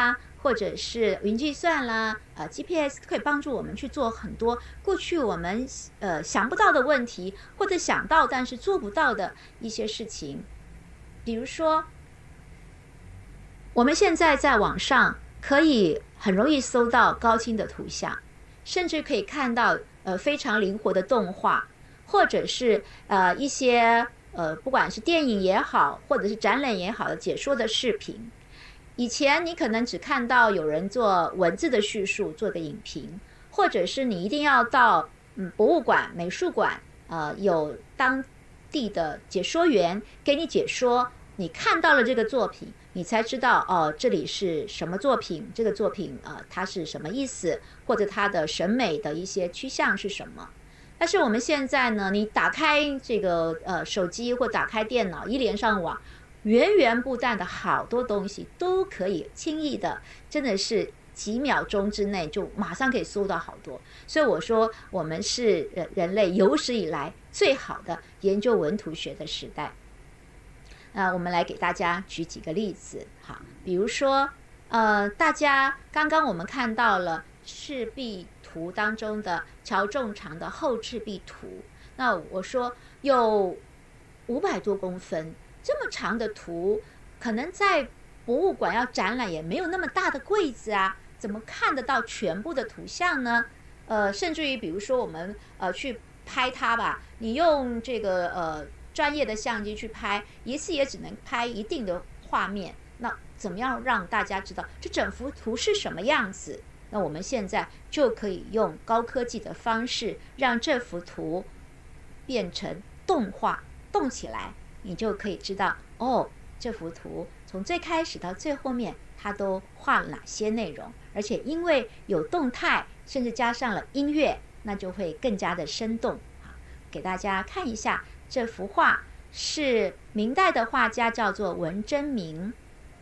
或者是云计算啦，GPS 可以帮助我们去做很多过去我们想不到的问题，或者想到但是做不到的一些事情。比如说，我们现在在网上可以很容易搜到高清的图像，甚至可以看到非常灵活的动画，或者是一些不管是电影也好，或者是展览也好的解说的视频。以前你可能只看到有人做文字的叙述，做个影评，或者是你一定要到博物馆、美术馆，有当地的解说员给你解说，你看到了这个作品，你才知道哦，这里是什么作品，这个作品它是什么意思，或者它的审美的一些趋向是什么。但是我们现在呢，你打开这个手机或打开电脑，一连上网，源源不断的好多东西都可以轻易的，真的是几秒钟之内就马上可以搜到好多。所以我说我们是人类有史以来最好的研究文图学的时代。我们来给大家举几个例子，好，比如说大家刚刚我们看到了赤壁图当中的乔仲常的后赤壁图，那我说有500多公分这么长的图，可能在博物馆要展览也没有那么大的柜子啊，怎么看得到全部的图像呢？甚至于比如说我们去拍它吧，你用这个专业的相机去拍，一次也只能拍一定的画面，那怎么样让大家知道这整幅图是什么样子？那我们现在就可以用高科技的方式，让这幅图变成动画，动起来，你就可以知道哦，这幅图从最开始到最后面，它都画了哪些内容，而且因为有动态，甚至加上了音乐，那就会更加的生动。给大家看一下，这幅画是明代的画家叫做文征明，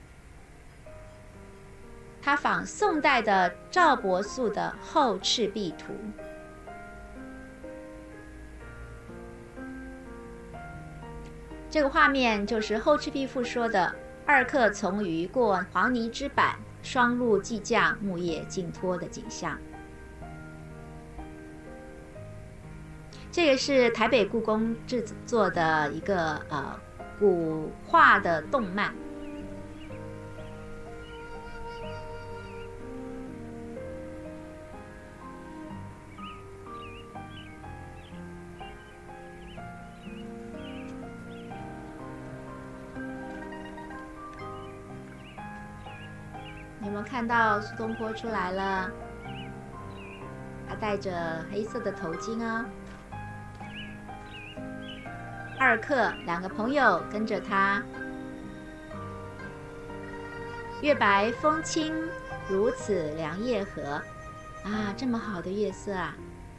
他仿宋代的赵伯素的《后赤壁图》。这个画面就是《后赤壁赋》说的“二客从虞过黄泥之坂，霜露既降，木叶尽脱”的景象。这个是台北故宫制作的一个古画的动漫。你有没有看到苏东坡出来了？他戴着黑色的头巾啊。二客2个朋友跟着他，月白风清，如此凉夜合啊，这么好的月色啊，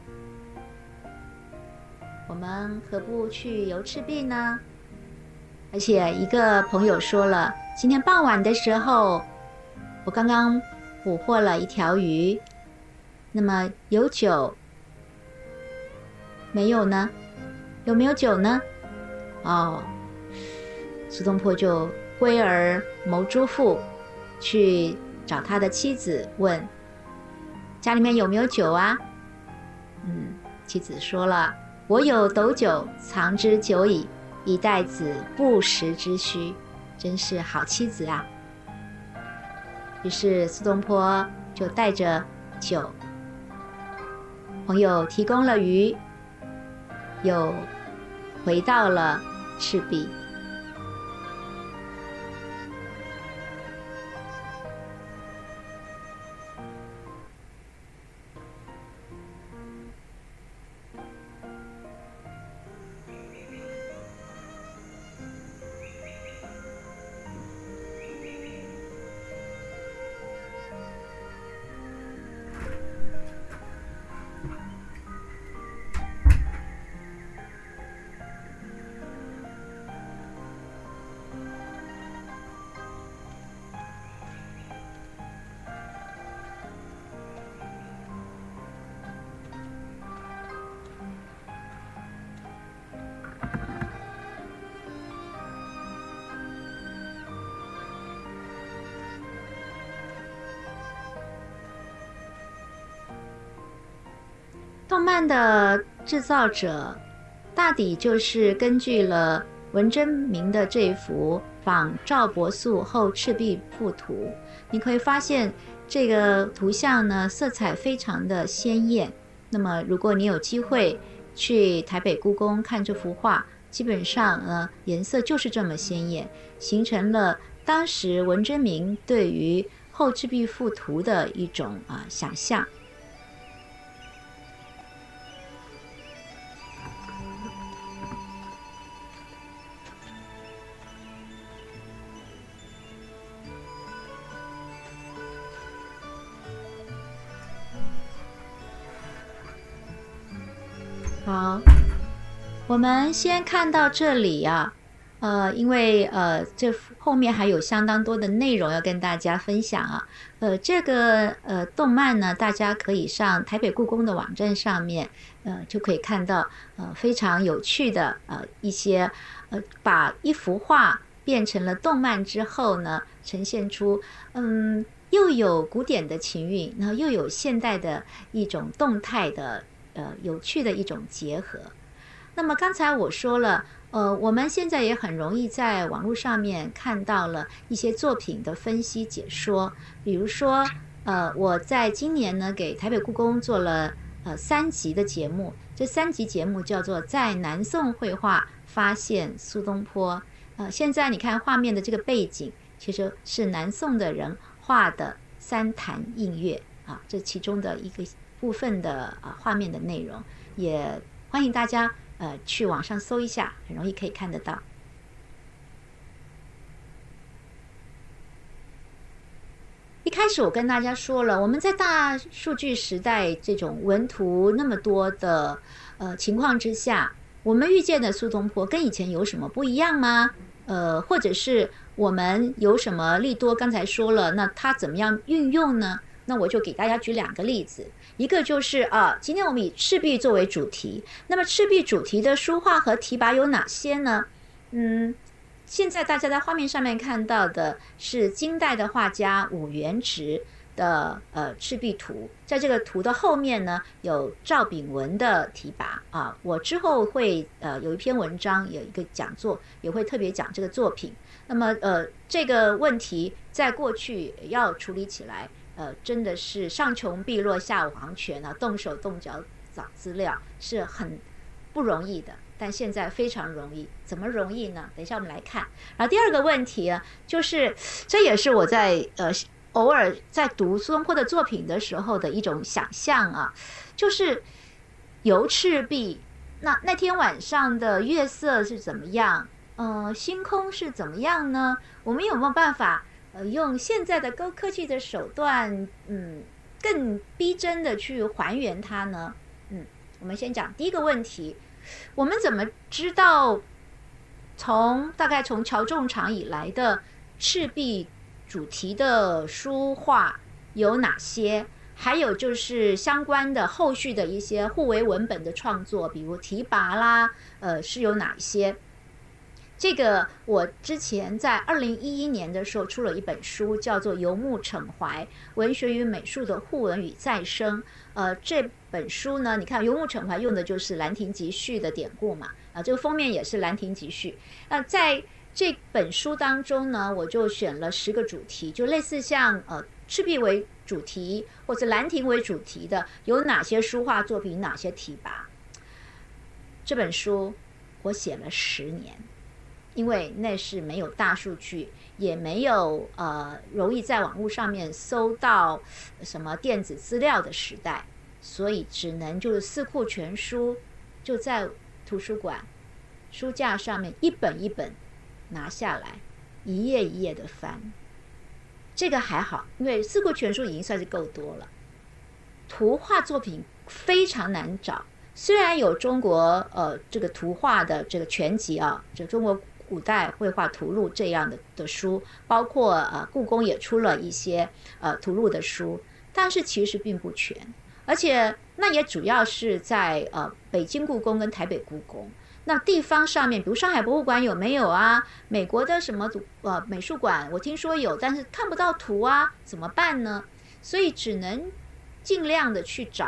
我们何不去游赤壁呢？而且一个朋友说了，今天傍晚的时候，我刚刚捕获了一条鱼，那么有酒没有呢？有没有酒呢？哦，苏东坡就挥儿谋诸妇，去找他的妻子问家里面有没有酒啊？妻子说了，我有斗酒，藏之久矣，以待子不时之需。真是好妻子啊！于是苏东坡就带着酒，朋友提供了鱼，又回到了赤壁。 动漫的制造者大抵就是根据了文征明的这幅仿赵伯素后赤壁赋图，你可以发现这个图像呢色彩非常的鲜艳。那么如果你有机会去台北故宫看这幅画，基本上呢颜色就是这么鲜艳，形成了当时文征明对于后赤壁赋图的一种想象。好，我们先看到这里啊，因为这后面还有相当多的内容要跟大家分享啊。这个动漫呢，大家可以上台北故宫的网站上面，就可以看到非常有趣的一些把一幅画变成了动漫之后呢，呈现出又有古典的情韵，然后又有现代的一种动态的有趣的一种结合。那么刚才我说了，我们现在也很容易在网络上面看到了一些作品的分析解说，比如说我在今年呢给台北故宫做了3集的节目，这3集节目叫做在南宋绘画发现苏东坡。现在你看画面的这个背景其实是南宋的人画的三潭印月啊，这其中的一个部分的画面的内容，也欢迎大家去网上搜一下，很容易可以看得到。一开始我跟大家说了，我们在大数据时代这种文图那么多的情况之下，我们遇见的苏东坡跟以前有什么不一样吗？或者是我们有什么利多？刚才说了，那他怎么样运用呢？那我就给大家举2个例子，一个就是今天我们以赤壁作为主题，那么赤壁主题的书画和题跋有哪些呢？现在大家在画面上面看到的是金代的画家武元直的赤壁图，在这个图的后面呢有赵秉文的题跋我之后会有一篇文章，有一个讲座也会特别讲这个作品。那么这个问题在过去要处理起来真的是上穷碧落下五行泉动手动脚找资料是很不容易的，但现在非常容易。怎么容易呢？等一下我们来看。然后第2个问题就是这也是我在偶尔在读苏东坡的作品的时候的一种想象就是游赤壁，那天晚上的月色是怎么样？星空是怎么样呢？我们有没有办法用现在的高科技的手段更逼真的去还原它呢？我们先讲第一个问题，我们怎么知道大概从乔仲常以来的赤壁主题的书画有哪些？还有就是相关的后续的一些互为文本的创作，比如题跋啦，是有哪些？这个我之前在2011年的时候出了一本书，叫做《游牧骋怀：文学与美术的互文与再生》。这本书呢，你看《游牧骋怀》用的就是《兰亭集序》的典故嘛，这个封面也是《兰亭集序》。在这本书当中呢，我就选了10个主题，就类似像赤壁为主题或者兰亭为主题的，有哪些书画作品，哪些题跋。这本书我写了10年。因为那是没有大数据，也没有容易在网络上面搜到什么电子资料的时代，所以只能就是四库全书，就在图书馆书架上面一本一本拿下来，一页一页的翻。这个还好，因为四库全书已经算是够多了。图画作品非常难找，虽然有中国这个图画的这个全集这中国古代绘画图录这样的书，包括故宫也出了一些图录的书，但是其实并不全，而且那也主要是在北京故宫跟台北故宫。那地方上面，比如上海博物馆有没有啊？美国的什么美术馆我听说有，但是看不到图怎么办呢？所以只能尽量的去找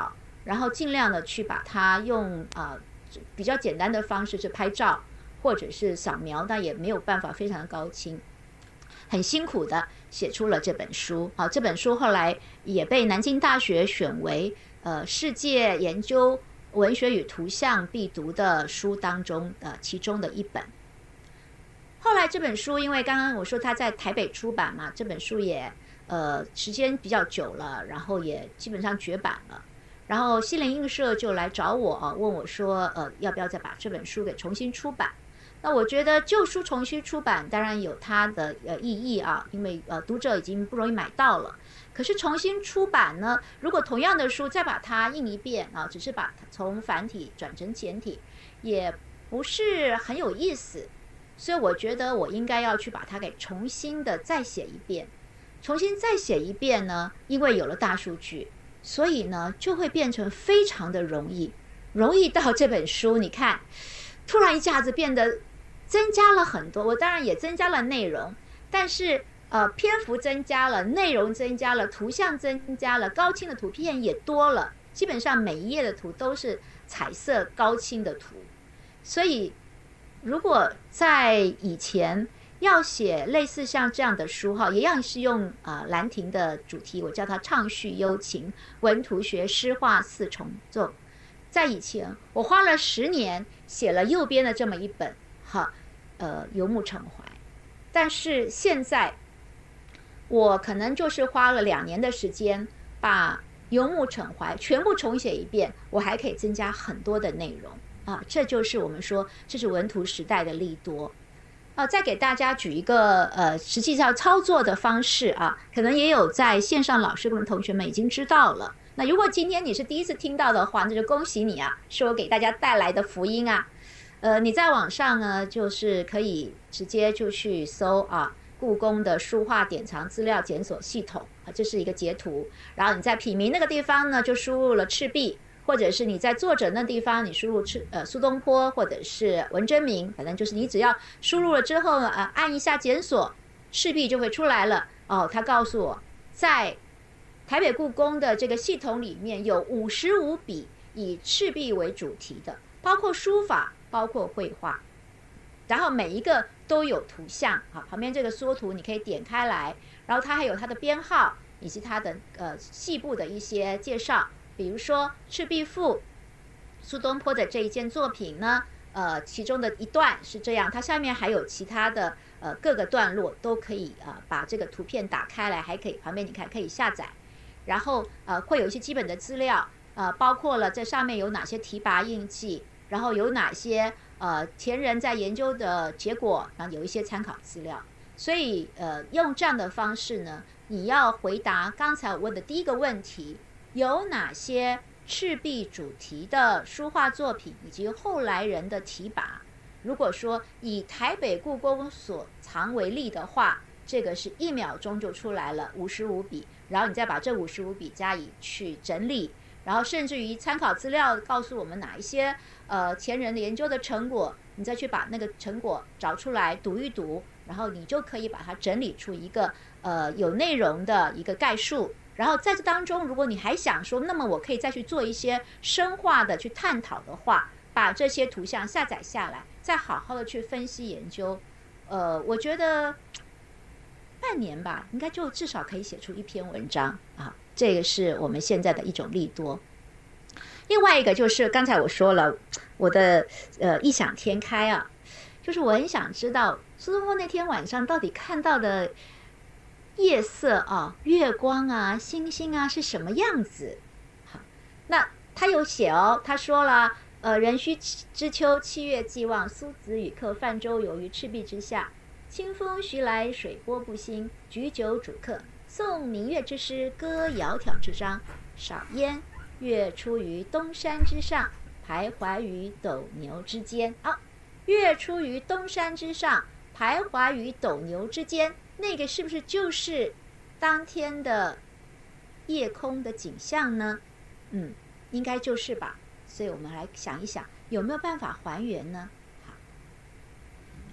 然后尽量的去把它用比较简单的方式是拍照或者是扫描，但也没有办法非常的高清，很辛苦的写出了这本书啊。这本书后来也被南京大学选为世界研究文学与图像必读的书当中其中的一本。后来这本书因为刚刚我说它在台北出版嘛，这本书也时间比较久了，然后也基本上绝版了。然后西泠印社就来找我问我说要不要再把这本书给重新出版。那我觉得旧书重新出版当然有它的意义啊，因为读者已经不容易买到了。可是重新出版呢，如果同样的书再把它印一遍啊，只是把它从繁体转成简体，也不是很有意思。所以我觉得我应该要去把它给重新的再写一遍。重新再写一遍呢，因为有了大数据，所以呢就会变成非常的容易到这本书你看突然一下子变得增加了很多。我当然也增加了内容，但是篇幅增加了，内容增加了，图像增加了，高清的图片也多了，基本上每一页的图都是彩色高清的图。所以如果在以前要写类似像这样的书一样是用兰亭的主题，我叫它畅叙幽情，文图学诗画四重奏。在以前我花了10年写了右边的这么一本游牧骋怀，但是现在我可能就是花了2年的时间把游牧骋怀全部重写一遍，我还可以增加很多的内容这就是我们说这是文图时代的利多再给大家举一个实际上操作的方式可能也有在线上老师跟同学们已经知道了。那如果今天你是第一次听到的话，那就恭喜你是我给大家带来的福音你在网上呢就是可以直接就去搜故宫的书画典藏资料检索系统这是一个截图，然后你在品名那个地方呢就输入了赤壁，或者是你在作者那地方你输入苏东坡或者是文征明，反正就是你只要输入了之后按一下检索，赤壁就会出来了他告诉我在台北故宫的这个系统里面有55笔以赤壁为主题的，包括书法包括绘画，然后每一个都有图像旁边这个缩图你可以点开来，然后它还有它的编号以及它的细部的一些介绍。比如说赤壁赋，苏东坡的这一件作品呢其中的一段是这样，它下面还有其他的各个段落都可以把这个图片打开来，还可以旁边你看可以下载，然后会有一些基本的资料包括了这上面有哪些提拔印记，然后有哪些前人在研究的结果，然后有一些参考资料。所以用这样的方式呢，你要回答刚才我问的第一个问题，有哪些赤壁主题的书画作品以及后来人的提拔。如果说以台北故宫所藏为例的话，这个是1秒钟就出来了55笔，然后你再把这55笔加以去整理，然后甚至于参考资料告诉我们哪一些前人的研究的成果，你再去把那个成果找出来读一读，然后你就可以把它整理出一个有内容的一个概述。然后在这当中，如果你还想说那么我可以再去做一些深化的去探讨的话，把这些图像下载下来，再好好的去分析研究，我觉得半年吧，应该就至少可以写出一篇文章这个是我们现在的一种利多。另外一个就是刚才我说了我的异想天开就是我很想知道苏东坡那天晚上到底看到的夜色月光星星是什么样子。好，那他有写他说了壬戌之秋7月既望，苏子与客泛舟游于赤壁之下，清风徐来，水波不兴，举酒煮客，诵明月之诗，歌窈窕之章。少焉，月出于东山之上，徘徊于斗牛之间。月出于东山之上，徘徊于斗牛之间，那个是不是就是当天的夜空的景象呢？应该就是吧。所以我们来想一想，有没有办法还原呢？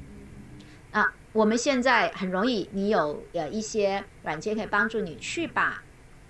我们现在很容易，你有一些软件可以帮助你去把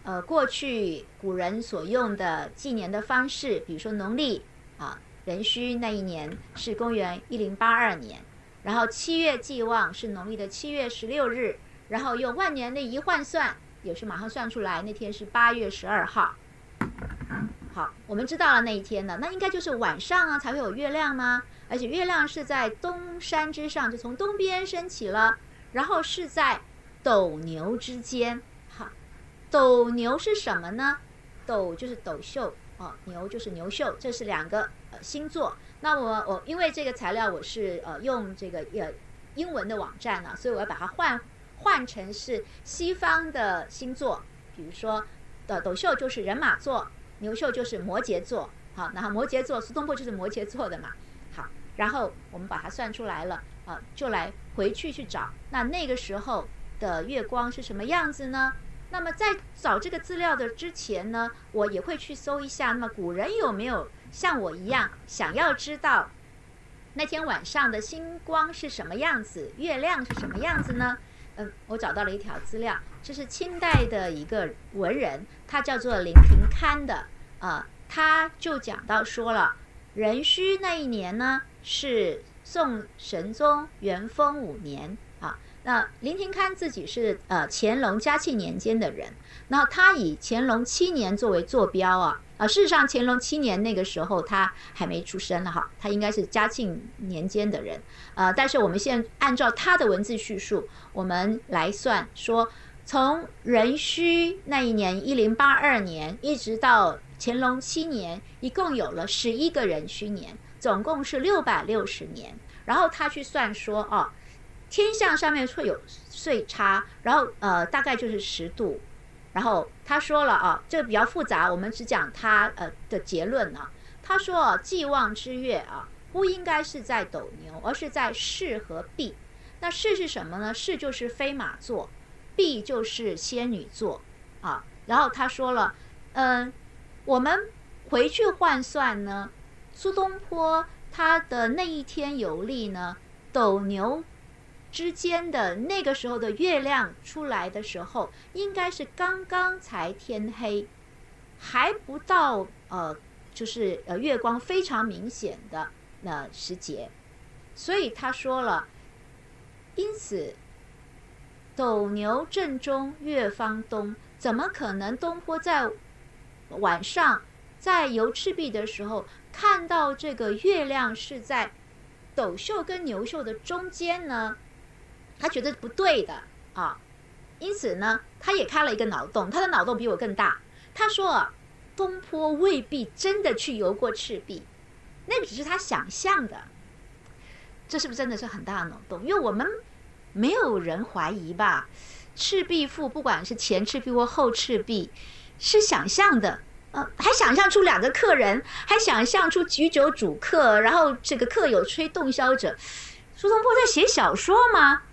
过去古人所用的纪年的方式，比如说农历壬戌那一年是公元1082年，然后7月祭望是农历的7月16日，然后用万年历一换算，也是马上算出来那天是8月12号。好，我们知道了那一天呢，那应该就是晚上才会有月亮吗？而且月亮是在东山之上，就从东边升起了，然后是在斗牛之间。好，斗牛是什么呢？斗就是斗宿牛就是牛宿，这是2个星座。那我因为这个材料我是用这个英文的网站所以我要把它换成是西方的星座，比如说斗宿就是人马座，牛宿就是摩羯座。好，然后摩羯座苏东坡就是摩羯座的嘛。好，然后我们把它算出来了就来回去找那个时候的月光是什么样子呢？那么在找这个资料的之前呢，我也会去搜一下，那么古人有没有像我一样想要知道那天晚上的星光是什么样子，月亮是什么样子呢？我找到了一条资料，这是清代的一个文人，他叫做林廷堪的他就讲到说了，壬戌那一年呢是宋神宗元丰5年那林廷堪自己是乾隆嘉庆年间的人，然后他以乾隆7年作为坐标事实上乾隆7年那个时候他还没出生了他应该是嘉庆年间的人但是我们现在按照他的文字叙述，我们来算说，从壬戌那一年1082年一直到乾隆7年，一共有了11个壬戌年，总共是660年。然后他去算说天象上面会有岁差，然后大概就是10度。然后他说了这个比较复杂，我们只讲他的结论他说祭望之月不应该是在斗牛，而是在巳和跸。那巳是什么呢？巳就是飞马座，跸就是仙女座然后他说了我们回去换算呢，苏东坡他的那一天游历呢，斗牛之间的那个时候的月亮出来的时候，应该是刚刚才天黑，还不到就是月光非常明显的时节。所以他说了，因此斗牛正中，月方东，怎么可能东坡在晚上在游赤壁的时候看到这个月亮是在斗宿跟牛宿的中间呢？他觉得不对的因此呢，他也开了一个脑洞，他的脑洞比我更大。他说东坡未必真的去游过赤壁，那个只是他想象的。这是不是真的是很大的脑洞？因为我们没有人怀疑吧，赤壁赋不管是前赤壁或后赤壁是想象的还想象出2个客人，还想象出举酒主客，然后这个客有吹洞箫者。苏东坡在写小说吗？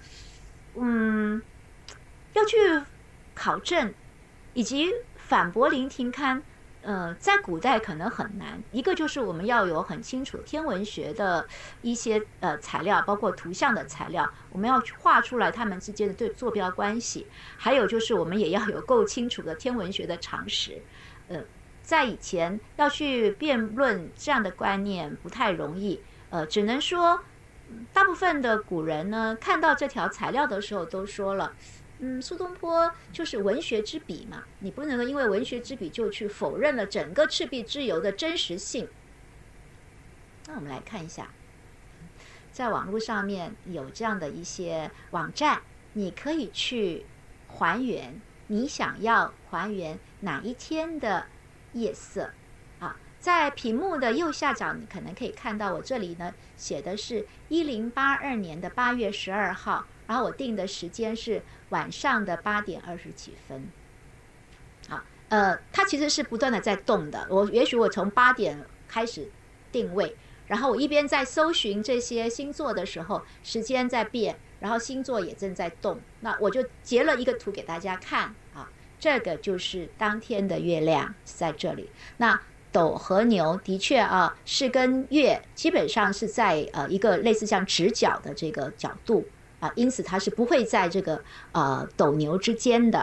要去考证以及反驳林廷堪在古代可能很难。一个就是我们要有很清楚天文学的一些材料，包括图像的材料，我们要画出来他们之间的对坐标关系。还有就是我们也要有够清楚的天文学的常识。在以前要去辩论这样的观念不太容易，只能说大部分的古人呢，看到这条材料的时候都说了，苏东坡就是文学之笔嘛，你不能够因为文学之笔就去否认了整个赤壁之游的真实性。那我们来看一下，在网络上面有这样的一些网站，你可以去还原你想要还原哪一天的夜色在屏幕的右下角，你可能可以看到我这里呢写的是1082年的8月12号，然后我定的时间是晚上的8点20几分。好，它其实是不断的在动的。也许我从8点开始定位，然后我一边在搜寻这些星座的时候，时间在变，然后星座也正在动。那我就截了一个图给大家看这个就是当天的月亮在这里。那斗和牛的确是跟月基本上是在一个类似像直角的这个角度因此它是不会在这个斗牛之间的。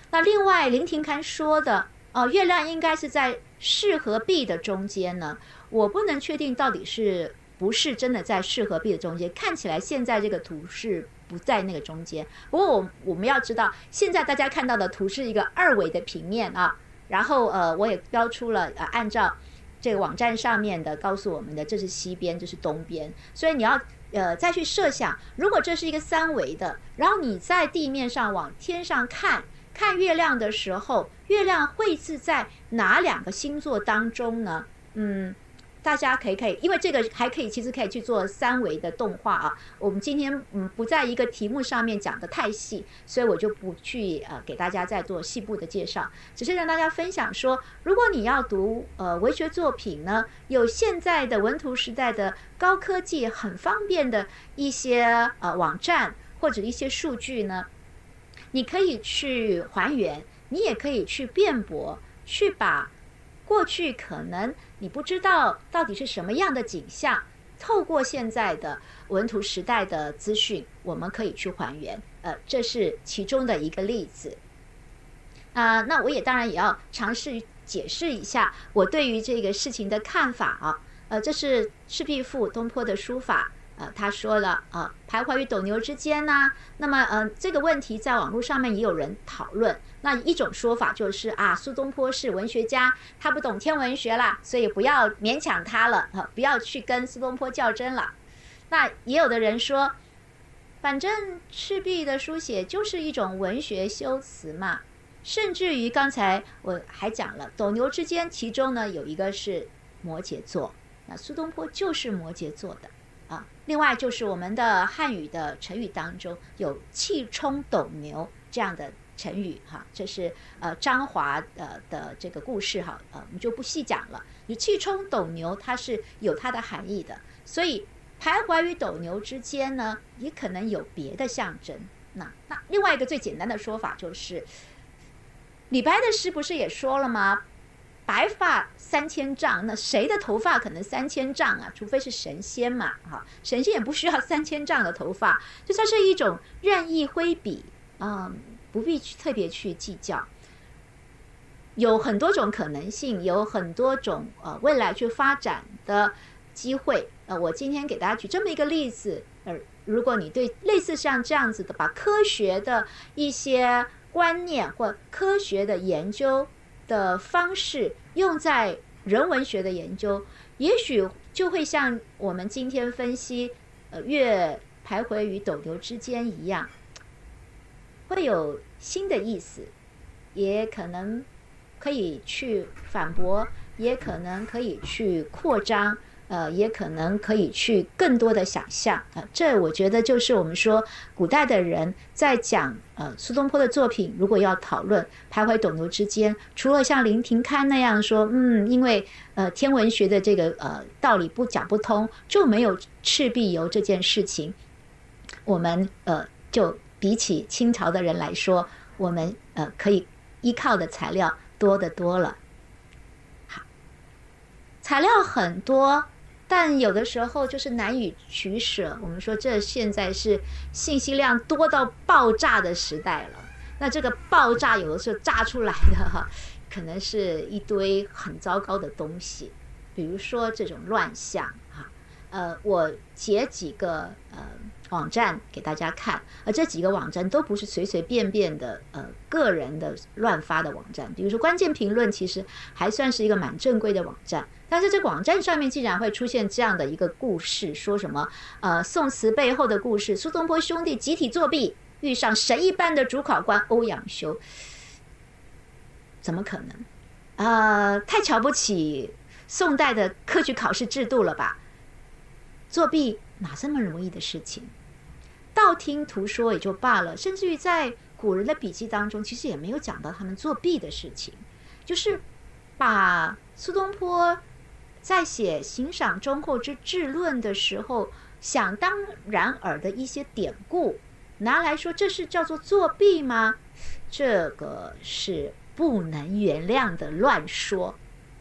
那另外林廷堪说的月亮应该是在是和璧的中间呢，我不能确定到底是不是真的在是和璧的中间，看起来现在这个图是不在那个中间。不过我们要知道，现在大家看到的图是一个2维的平面啊，然后我也标出了按照这个网站上面的告诉我们的，这是西边，这是东边，所以你要再去设想，如果这是一个3维的，然后你在地面上往天上看月亮的时候，月亮会是在哪2个星座当中呢？大家可以，因为这个还可以，其实可以去做3维的动画啊。我们今天不在一个题目上面讲得太细，所以我就不去给大家再做细部的介绍，只是让大家分享说，如果你要读文学作品呢，有现在的文图时代的高科技很方便的一些网站或者一些数据呢，你可以去还原，你也可以去辩驳，去把过去可能你不知道到底是什么样的景象，透过现在的文图时代的资讯，我们可以去还原。这是其中的一个例子。那我也当然也要尝试解释一下我对于这个事情的看法啊。这是赤壁赋东坡的书法。他说了徘徊于斗牛之间呢，那么这个问题在网络上面也有人讨论。那一种说法就是苏东坡是文学家，他不懂天文学啦，所以不要勉强他了，不要去跟苏东坡较真了。那也有的人说，反正赤壁的书写就是一种文学修辞嘛，甚至于刚才我还讲了斗牛之间，其中呢有一个是摩羯座，那苏东坡就是摩羯座的。另外就是我们的汉语的成语当中有气冲斗牛这样的成语这是张华的这个故事我们就不细讲了。你气冲斗牛它是有它的含义的，所以徘徊于斗牛之间呢，也可能有别的象征。那另外一个最简单的说法就是，李白的诗不是也说了吗？白发3000丈，那谁的头发可能3000丈啊？除非是神仙嘛，神仙也不需要3000丈的头发，就它是一种任意挥笔，不必特别去计较。有很多种可能性，有很多种未来去发展的机会。我今天给大家举这么一个例子，如果你对类似像这样子的，把科学的一些观念或科学的研究的方式用在人文学的研究，也许就会像我们今天分析月徘徊于斗牛之间一样，会有新的意思，也可能可以去反驳，也可能可以去扩张，也可能可以去更多的想象。这我觉得就是我们说古代的人在讲苏东坡的作品，如果要讨论徘徊斗牛之间，除了像林廷堪那样说因为天文学的这个道理不讲不通，就没有赤壁游这件事情，我们就比起清朝的人来说，我们可以依靠的材料多得多了。好，材料很多，但有的时候就是难以取舍。我们说这现在是信息量多到爆炸的时代了，那这个爆炸有的时候炸出来的可能是一堆很糟糕的东西，比如说这种乱象我截几个网站给大家看，这几个网站都不是随随便便的个人的乱发的网站。比如说关键评论其实还算是一个蛮正规的网站，但是这个网站上面竟然会出现这样的一个故事，说什么宋词背后的故事，苏东坡兄弟集体作弊，遇上神一般的主考官欧阳修。怎么可能？太瞧不起宋代的科举考试制度了吧？作弊哪这么容易的事情？道听途说也就罢了，甚至于在古人的笔记当中其实也没有讲到他们作弊的事情，就是把苏东坡在写行赏忠厚之治论的时候想当然耳的一些典故拿来说，这是叫做作弊吗？这个是不能原谅的乱说。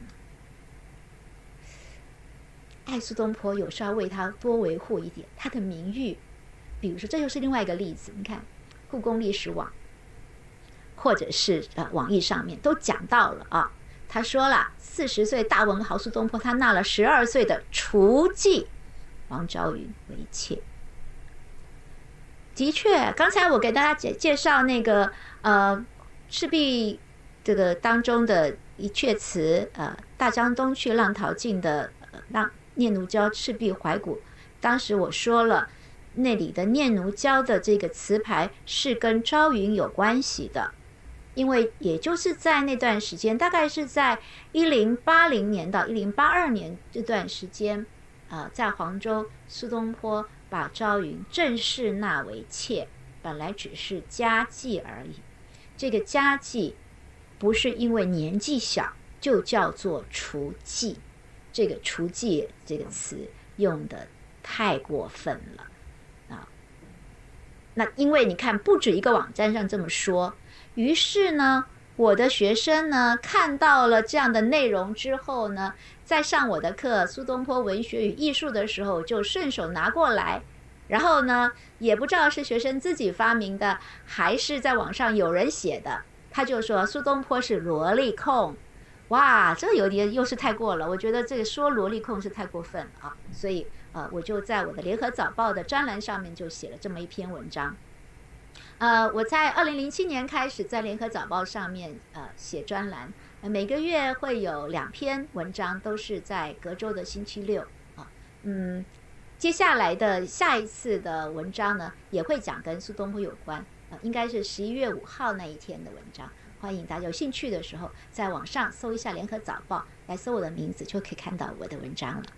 爱苏东坡有时候要为他多维护一点他的名誉。比如说这就是另外一个例子，你看故宫历史网或者是网易上面都讲到了啊。他说了，40岁大文豪苏东坡，他纳了12岁的雏妓王昭云为妾。的确，刚才我给大家介绍那个赤壁这个当中的一阙词，大江东去浪淘尽的念奴娇·赤壁怀古，当时我说了，那里的念奴娇的这个词牌是跟昭云有关系的。因为也就是在那段时间，大概是在1080年到1082年这段时间，在黄州，苏东坡把昭云正式纳为妾，本来只是家妓而已。这个家妓不是因为年纪小，就叫做雏妓。这个雏妓这个词用的太过分了啊！那因为你看，不止一个网站上这么说。于是呢，我的学生呢看到了这样的内容之后呢，在上我的课苏东坡文学与艺术的时候，就顺手拿过来，然后呢也不知道是学生自己发明的，还是在网上有人写的，他就说苏东坡是萝莉控。哇，这有点又是太过了，我觉得这个说萝莉控是太过分了啊，所以我就在我的联合早报的专栏上面就写了这么一篇文章。我在2007年开始在联合早报上面写专栏，每个月会有2篇文章，都是在隔周的星期六啊。接下来的下一次的文章呢，也会讲跟苏东坡有关，应该是11月5号那一天的文章。欢迎大家有兴趣的时候，在网上搜一下联合早报，来搜我的名字就可以看到我的文章了。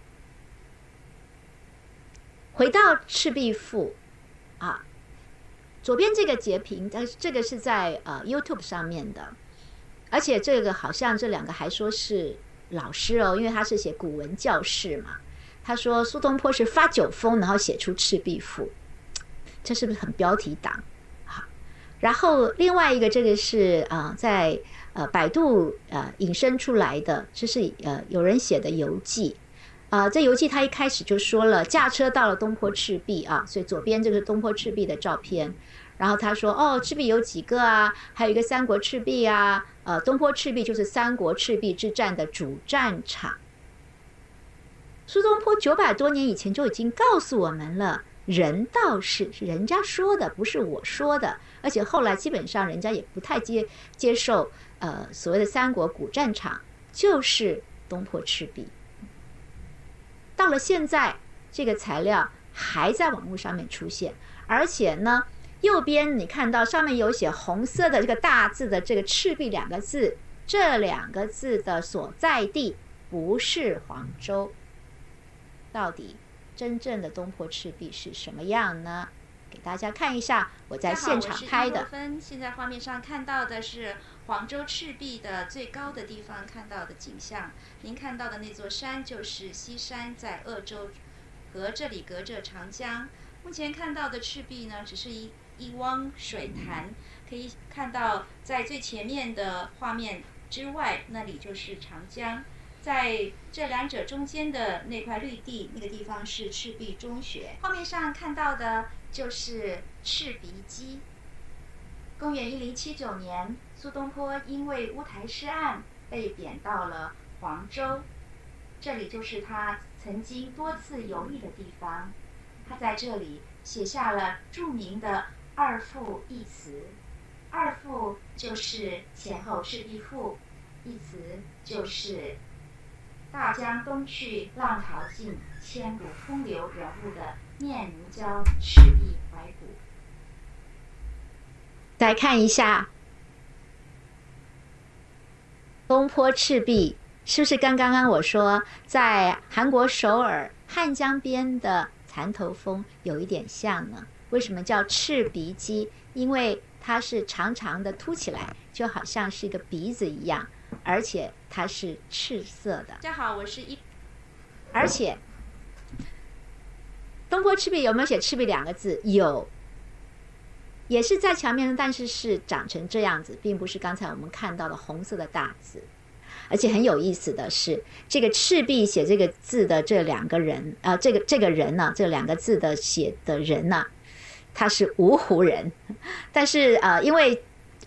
回到《赤壁赋》啊。左边这个截屏，这个是在YouTube 上面的，而且这个好像这2个还说是老师哦，因为他是写古文教士嘛。他说苏东坡是发酒疯，然后写出《赤壁赋》，这是不是很标题党？好，然后另外一个这个是在百度引申出来的，这是有人写的游记。这游记他一开始就说了，驾车到了东坡赤壁啊，所以左边这个是东坡赤壁的照片。然后他说，赤壁有几个啊？还有一个三国赤壁啊，东坡赤壁就是三国赤壁之战的主战场。苏东坡900多年以前就已经告诉我们了，人道是人家说的，不是我说的。而且后来基本上人家也不太接受，所谓的三国古战场就是东坡赤壁。到了现在，这个材料还在网络上面出现，而且呢，右边你看到上面有写红色的这个大字的这个赤壁2个字，这2个字的所在地不是黄州。到底真正的东坡赤壁是什么样呢？给大家看一下我在现场拍的。 现在画面上看到的是黄州赤壁的最高的地方看到的景象。您看到的那座山就是西山，在鄂州河这里隔着长江。目前看到的赤壁呢，只是一汪水潭，可以看到在最前面的画面之外，那里就是长江。在这2者中间的那块绿地，那个地方是赤壁中学。画面上看到的就是赤鼻矶。公元1079年，苏东坡因为乌台诗案被贬到了黄州，这里就是他曾经多次游历的地方。他在这里写下了著名的二赋一词。二赋就是前后赤壁赋，一词就是大江东去，浪淘尽，千古风流人物的念奴娇·赤壁怀古。 来看一下东坡赤壁，是不是跟刚刚我说在韩国首尔汉江边的蚕头峰有一点像呢？为什么叫赤鼻矶？因为它是长长的凸起来，就好像是一个鼻子一样，而且它是赤色的。 大家好，我是而且东坡赤壁有没有写赤壁2个字？有，也是在墙面，但是是长成这样子，并不是刚才我们看到的红色的大字。而且很有意思的是，这个赤壁写这个字的这2个人这个人呢，这2个字的写的人呢，他是芜湖人，但是因为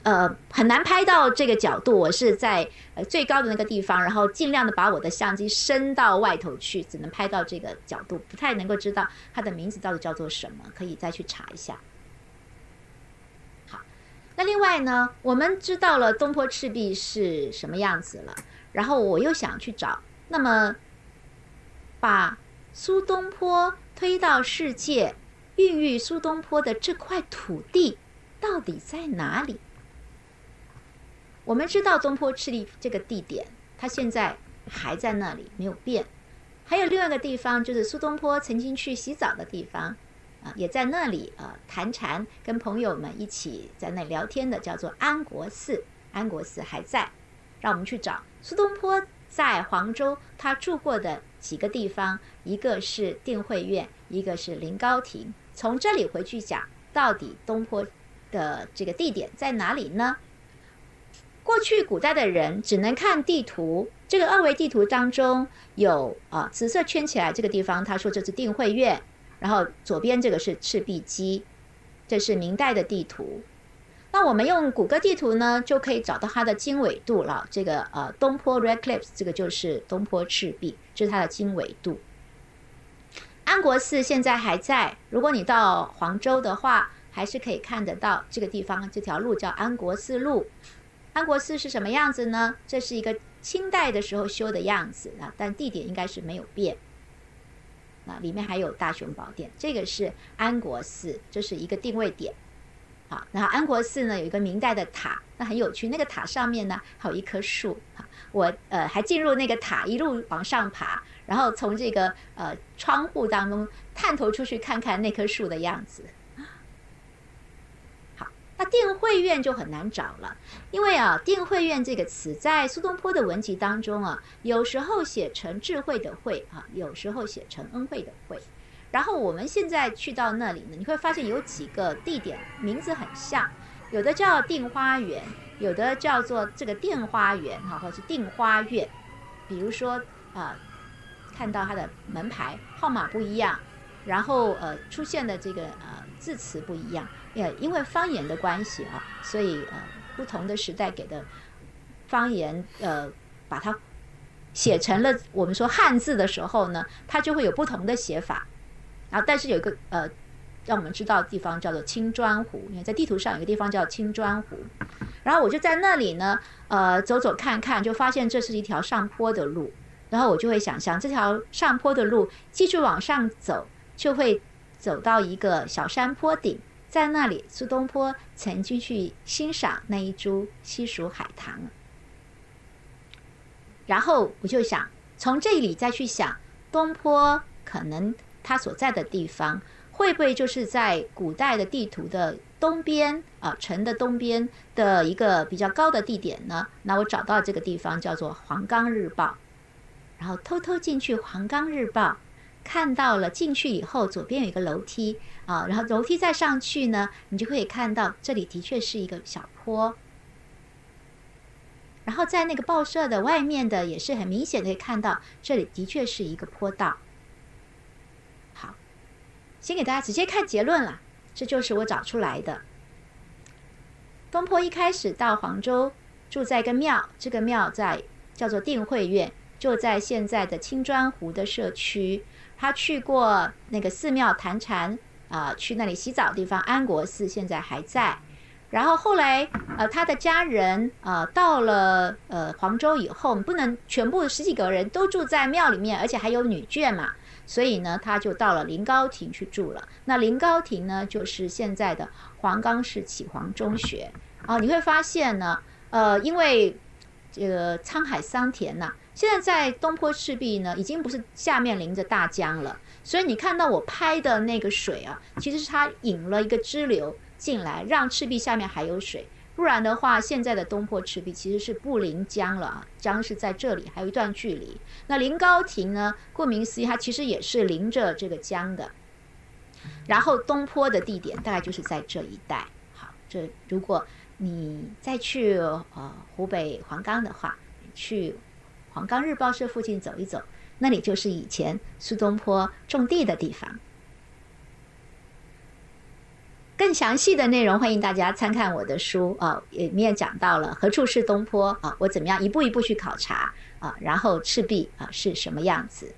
很难拍到这个角度，我是在最高的那个地方，然后尽量的把我的相机伸到外头去，只能拍到这个角度，不太能够知道它的名字到底叫做什么，可以再去查一下。好，那另外呢，我们知道了东坡赤壁是什么样子了，然后我又想去找，那么把苏东坡推到世界，孕育苏东坡的这块土地到底在哪里？我们知道东坡赤壁这个地点，它现在还在那里，没有变。还有另外一个地方，就是苏东坡曾经去洗澡的地方，也在那里谈禅，跟朋友们一起在那聊天的，叫做安国寺。安国寺还在，让我们去找苏东坡在黄州他住过的几个地方，一个是定慧院，一个是临高亭。从这里回去讲，到底东坡的这个地点在哪里呢？过去古代的人只能看地图，这个2维地图当中有紫色圈起来这个地方，他说这是定慧院，然后左边这个是赤壁矶，这是明代的地图。那我们用谷歌地图呢，就可以找到它的经纬度了。这个东坡 Red Cliffs 这个就是东坡赤壁，这是它的经纬度。安国寺现在还在，如果你到黄州的话，还是可以看得到这个地方，这条路叫安国寺路。安国寺是什么样子呢？这是一个清代的时候修的样子但地点应该是没有变。里面还有大雄宝殿，这个是安国寺，这是一个定位点。好，然后安国寺呢有一个明代的塔，那很有趣，那个塔上面呢还有一棵树。我还进入那个塔，一路往上爬，然后从这个窗户当中探头出去看看那棵树的样子。那定慧院就很难找了，因为定慧院这个词在苏东坡的文集当中有时候写成智慧的慧有时候写成恩惠的惠。然后我们现在去到那里呢，你会发现有几个地点名字很像，有的叫定花园，有的叫做这个定花园或者是定花院。比如说看到它的门牌号码不一样，然后出现的这个字词不一样，因为方言的关系所以不同的时代给的方言把它写成了我们说汉字的时候呢，它就会有不同的写法。然后但是有一个让我们知道的地方叫做青砖湖，因为在地图上有一个地方叫青砖湖。然后我就在那里呢走走看看，就发现这是一条上坡的路，然后我就会想象这条上坡的路继续往上走，就会走到一个小山坡顶，在那里苏东坡曾经去欣赏那一株西蜀海棠。然后我就想从这里再去想东坡可能他所在的地方会不会就是在古代的地图的东边城的东边的一个比较高的地点呢？那我找到这个地方叫做黄冈日报，然后偷偷进去黄冈日报，看到了进去以后左边有一个楼梯然后楼梯再上去呢，你就可以看到这里的确是一个小坡，然后在那个报社的外面的也是很明显的可以看到这里的确是一个坡道。好，先给大家直接看结论了，这就是我找出来的。东坡一开始到黄州住在一个庙，这个庙叫做定慧院，就在现在的青砖湖的社区。他去过那个寺庙谈禅去那里洗澡的地方安国寺现在还在。然后后来他的家人到了黄州以后，不能全部10几个人都住在庙里面，而且还有女眷嘛，所以呢他就到了临高亭去住了。那临高亭呢就是现在的黄冈市启黄中学。你会发现呢因为这个沧海桑田现在在东坡赤壁呢已经不是下面临着大江了，所以你看到我拍的那个水其实是它引了一个支流进来，让赤壁下面还有水。不然的话现在的东坡赤壁其实是不临江了江是在这里还有一段距离。那临高亭呢顾名思义它其实也是临着这个江的，然后东坡的地点大概就是在这一带。好，这如果你再去湖北黄冈的话，去黄冈日报社附近走一走，那里就是以前苏东坡种地的地方。 更详细的内容，欢迎大家参看我的书啊，里面讲到了何处是东坡啊，我怎么样一步一步去考察啊，然后赤壁啊是什么样子。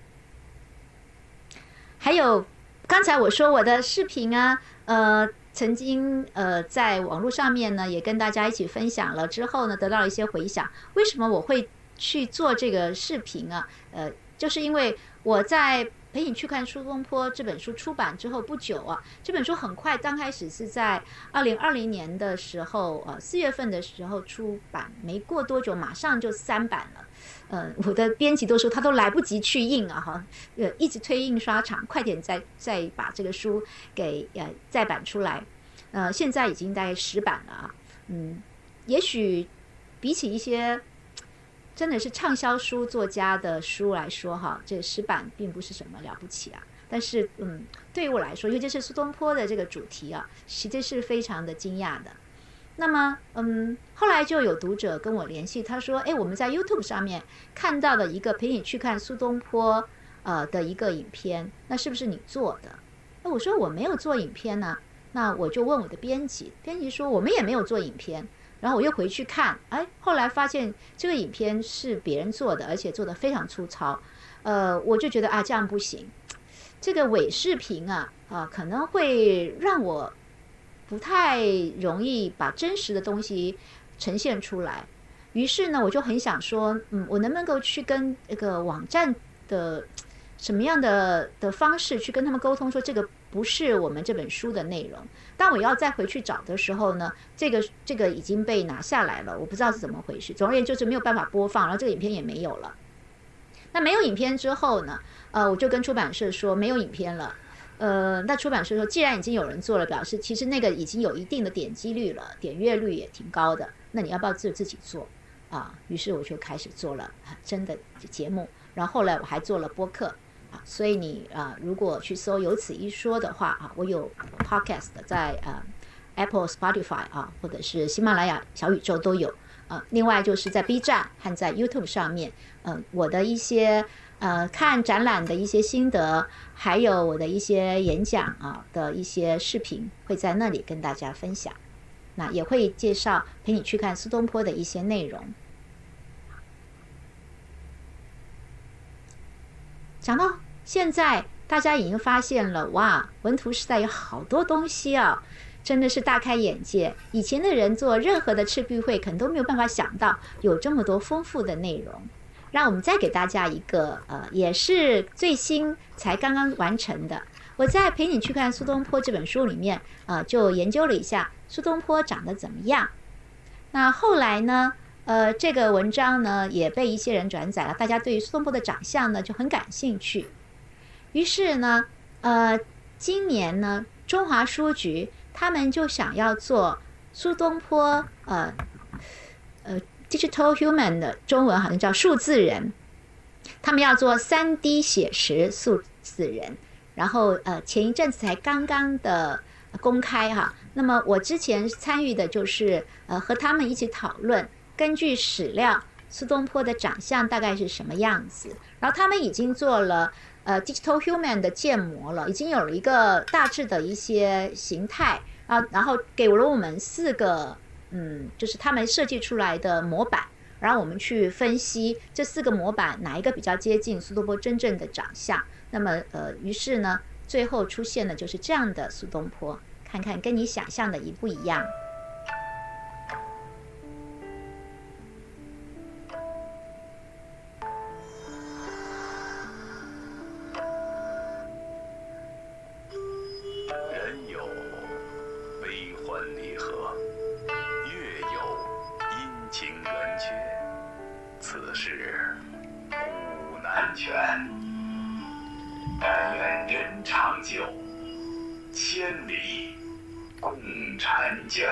还有刚才我说我的视频啊，曾经在网络上面呢也跟大家一起分享了，之后呢得到了一些回响。为什么我会去做这个视频啊？就是因为我在陪你去看苏东坡这本书出版之后不久啊，这本书很快，刚开始是在2020年的时候，4月份的时候出版，没过多久马上就3版了。我的编辑都说他都来不及去印啊哈，一直推印刷厂，快点再把这个书给再版出来。现在已经大概10版了啊，也许比起一些真的是畅销书作家的书来说哈，这10版并不是什么了不起啊。但是对于我来说，尤其是苏东坡的这个主题啊，其实是非常的惊讶的。那么后来就有读者跟我联系，他说我们在 YouTube 上面看到了一个陪你去看苏东坡的一个影片，那是不是你做的？我说我没有做影片呢。那我就问我的编辑，编辑说我们也没有做影片。然后我又回去看，后来发现这个影片是别人做的，而且做得非常粗糙。我就觉得这样不行，这个伪视频可能会让我不太容易把真实的东西呈现出来。于是呢，我就很想说，我能不能够去跟这个网站的什么样的方式去跟他们沟通，说这个不是我们这本书的内容。当我要再回去找的时候呢，这个已经被拿下来了，我不知道是怎么回事。总而言之就是没有办法播放，然后这个影片也没有了。那没有影片之后呢，我就跟出版社说没有影片了。那出版社说，既然已经有人做了，表示其实那个已经有一定的点击率了，点阅率也挺高的，那你要不要自己做啊？于是我就开始做了真的节目，然后后来我还做了播客。所以你如果去搜有此一说的话我有 podcast 在Apple Spotify 或者是喜马拉雅小宇宙都有。另外就是在 B 站和在 YouTube 上面，我的一些看展览的一些心得，还有我的一些演讲的一些视频会在那里跟大家分享。那也会介绍陪你去看苏东坡的一些内容。讲到现在，大家已经发现了，哇，文图时代有好多东西真的是大开眼界。以前的人做任何的赤壁会，可能都没有办法想到有这么多丰富的内容。让我们再给大家一个也是最新才刚刚完成的。我在陪你去看苏东坡这本书里面就研究了一下苏东坡长得怎么样。那后来呢这个文章呢也被一些人转载了，大家对于苏东坡的长相呢就很感兴趣。于是呢今年呢中华书局他们就想要做苏东坡Digital Human 的中文好像叫数字人，他们要做3D 写实数字人。然后前一阵子才刚刚的公开那么我之前参与的就是和他们一起讨论，根据史料苏东坡的长相大概是什么样子。然后他们已经做了Digital Human 的建模了，已经有了一个大致的一些形态然后给了我们4个就是他们设计出来的模板，然后我们去分析这4个模板哪一个比较接近苏东坡真正的长相。那么于是呢最后出现的就是这样的苏东坡，看看跟你想象的一不一样。 人有悲欢离合，月有阴晴圆缺，此事古难全。但愿人长久，千里共婵娟。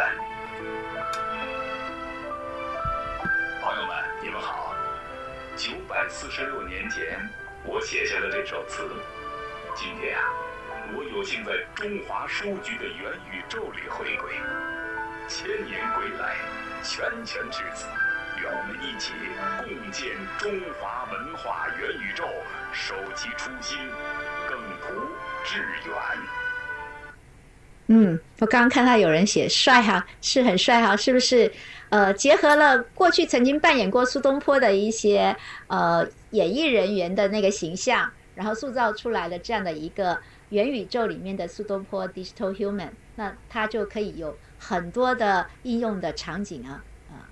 朋友们，你们好。946年前，我写下了这首词。今天我有幸在中华书局的元宇宙里回归，千年归来，拳拳至此。愿我们一起共建中华文化元宇宙，守其初心，更图致远。 我刚刚看到有人写帅哈，是很帅哈，是不是？结合了过去曾经扮演过苏东坡的一些演艺人员的那个形象，然后塑造出来了这样的一个元宇宙里面的苏东坡 Digital Human， 那它就可以有很多的应用的场景啊，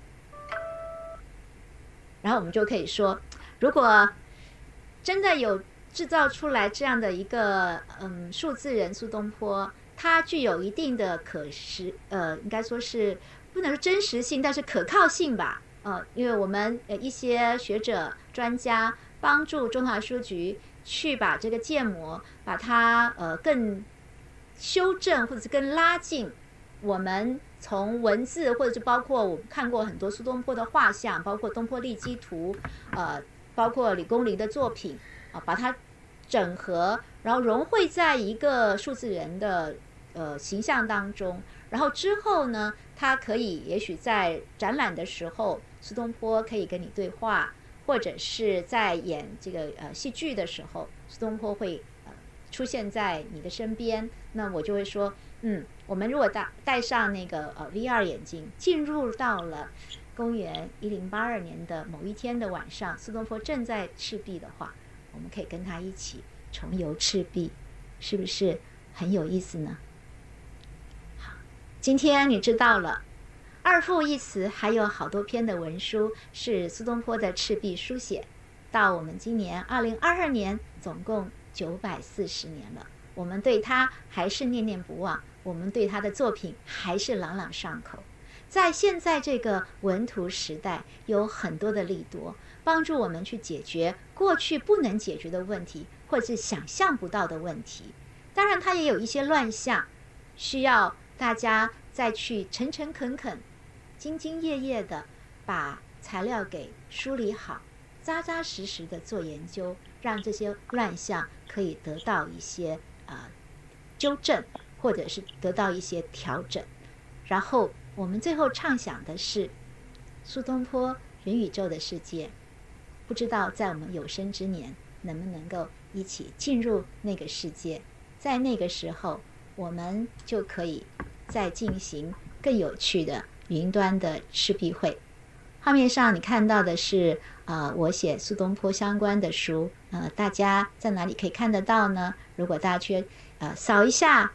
然后我们就可以说，如果真的有制造出来这样的一个数字人苏东坡，它具有一定的应该说是不能说真实性，但是可靠性吧。因为我们一些学者专家帮助中华书局去把这个建模把它更修正或者是更拉近，我们从文字或者是包括我们看过很多苏东坡的画像，包括东坡利基图，包括李公麟的作品把它整合，然后融汇在一个数字人的形象当中，然后之后呢，他可以也许在展览的时候，苏东坡可以跟你对话，或者是在演这个戏剧的时候，苏东坡会出现在你的身边，那我就会说，我们如果戴上那个VR 眼镜，进入到了公元1082年的某一天的晚上，苏东坡正在赤壁的话，我们可以跟他一起重游赤壁，是不是很有意思呢？好，今天你知道了二赋一词还有好多篇的文书是苏东坡的赤壁书写，到我们今年2022年总共940年了，我们对他还是念念不忘，我们对他的作品还是朗朗上口。在现在这个文图时代，有很多的利多帮助我们去解决过去不能解决的问题，或是想象不到的问题。当然它也有一些乱象，需要大家再去诚诚恳恳兢兢业业的把材料给梳理好，扎扎实实的做研究，让这些乱象可以得到一些纠正，或者是得到一些调整。然后我们最后畅想的是苏东坡元宇宙的世界，不知道在我们有生之年能不能够一起进入那个世界，在那个时候我们就可以再进行更有趣的云端的赤壁会。画面上你看到的是我写苏东坡相关的书，大家在哪里可以看得到呢？如果大家去扫一下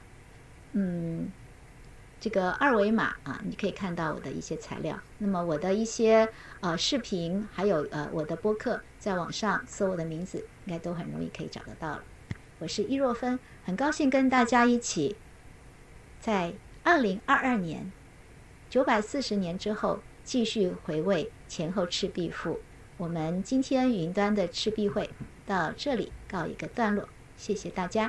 这个二维码你可以看到我的一些材料。那么我的一些视频，还有我的播客，在网上搜我的名字，应该都很容易可以找得到了。我是易若芬，很高兴跟大家一起在2022年940年之后继续回味前后赤壁赋。我们今天云端的赤壁会到这里告一个段落，谢谢大家。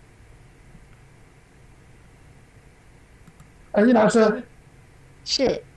易老师， 是。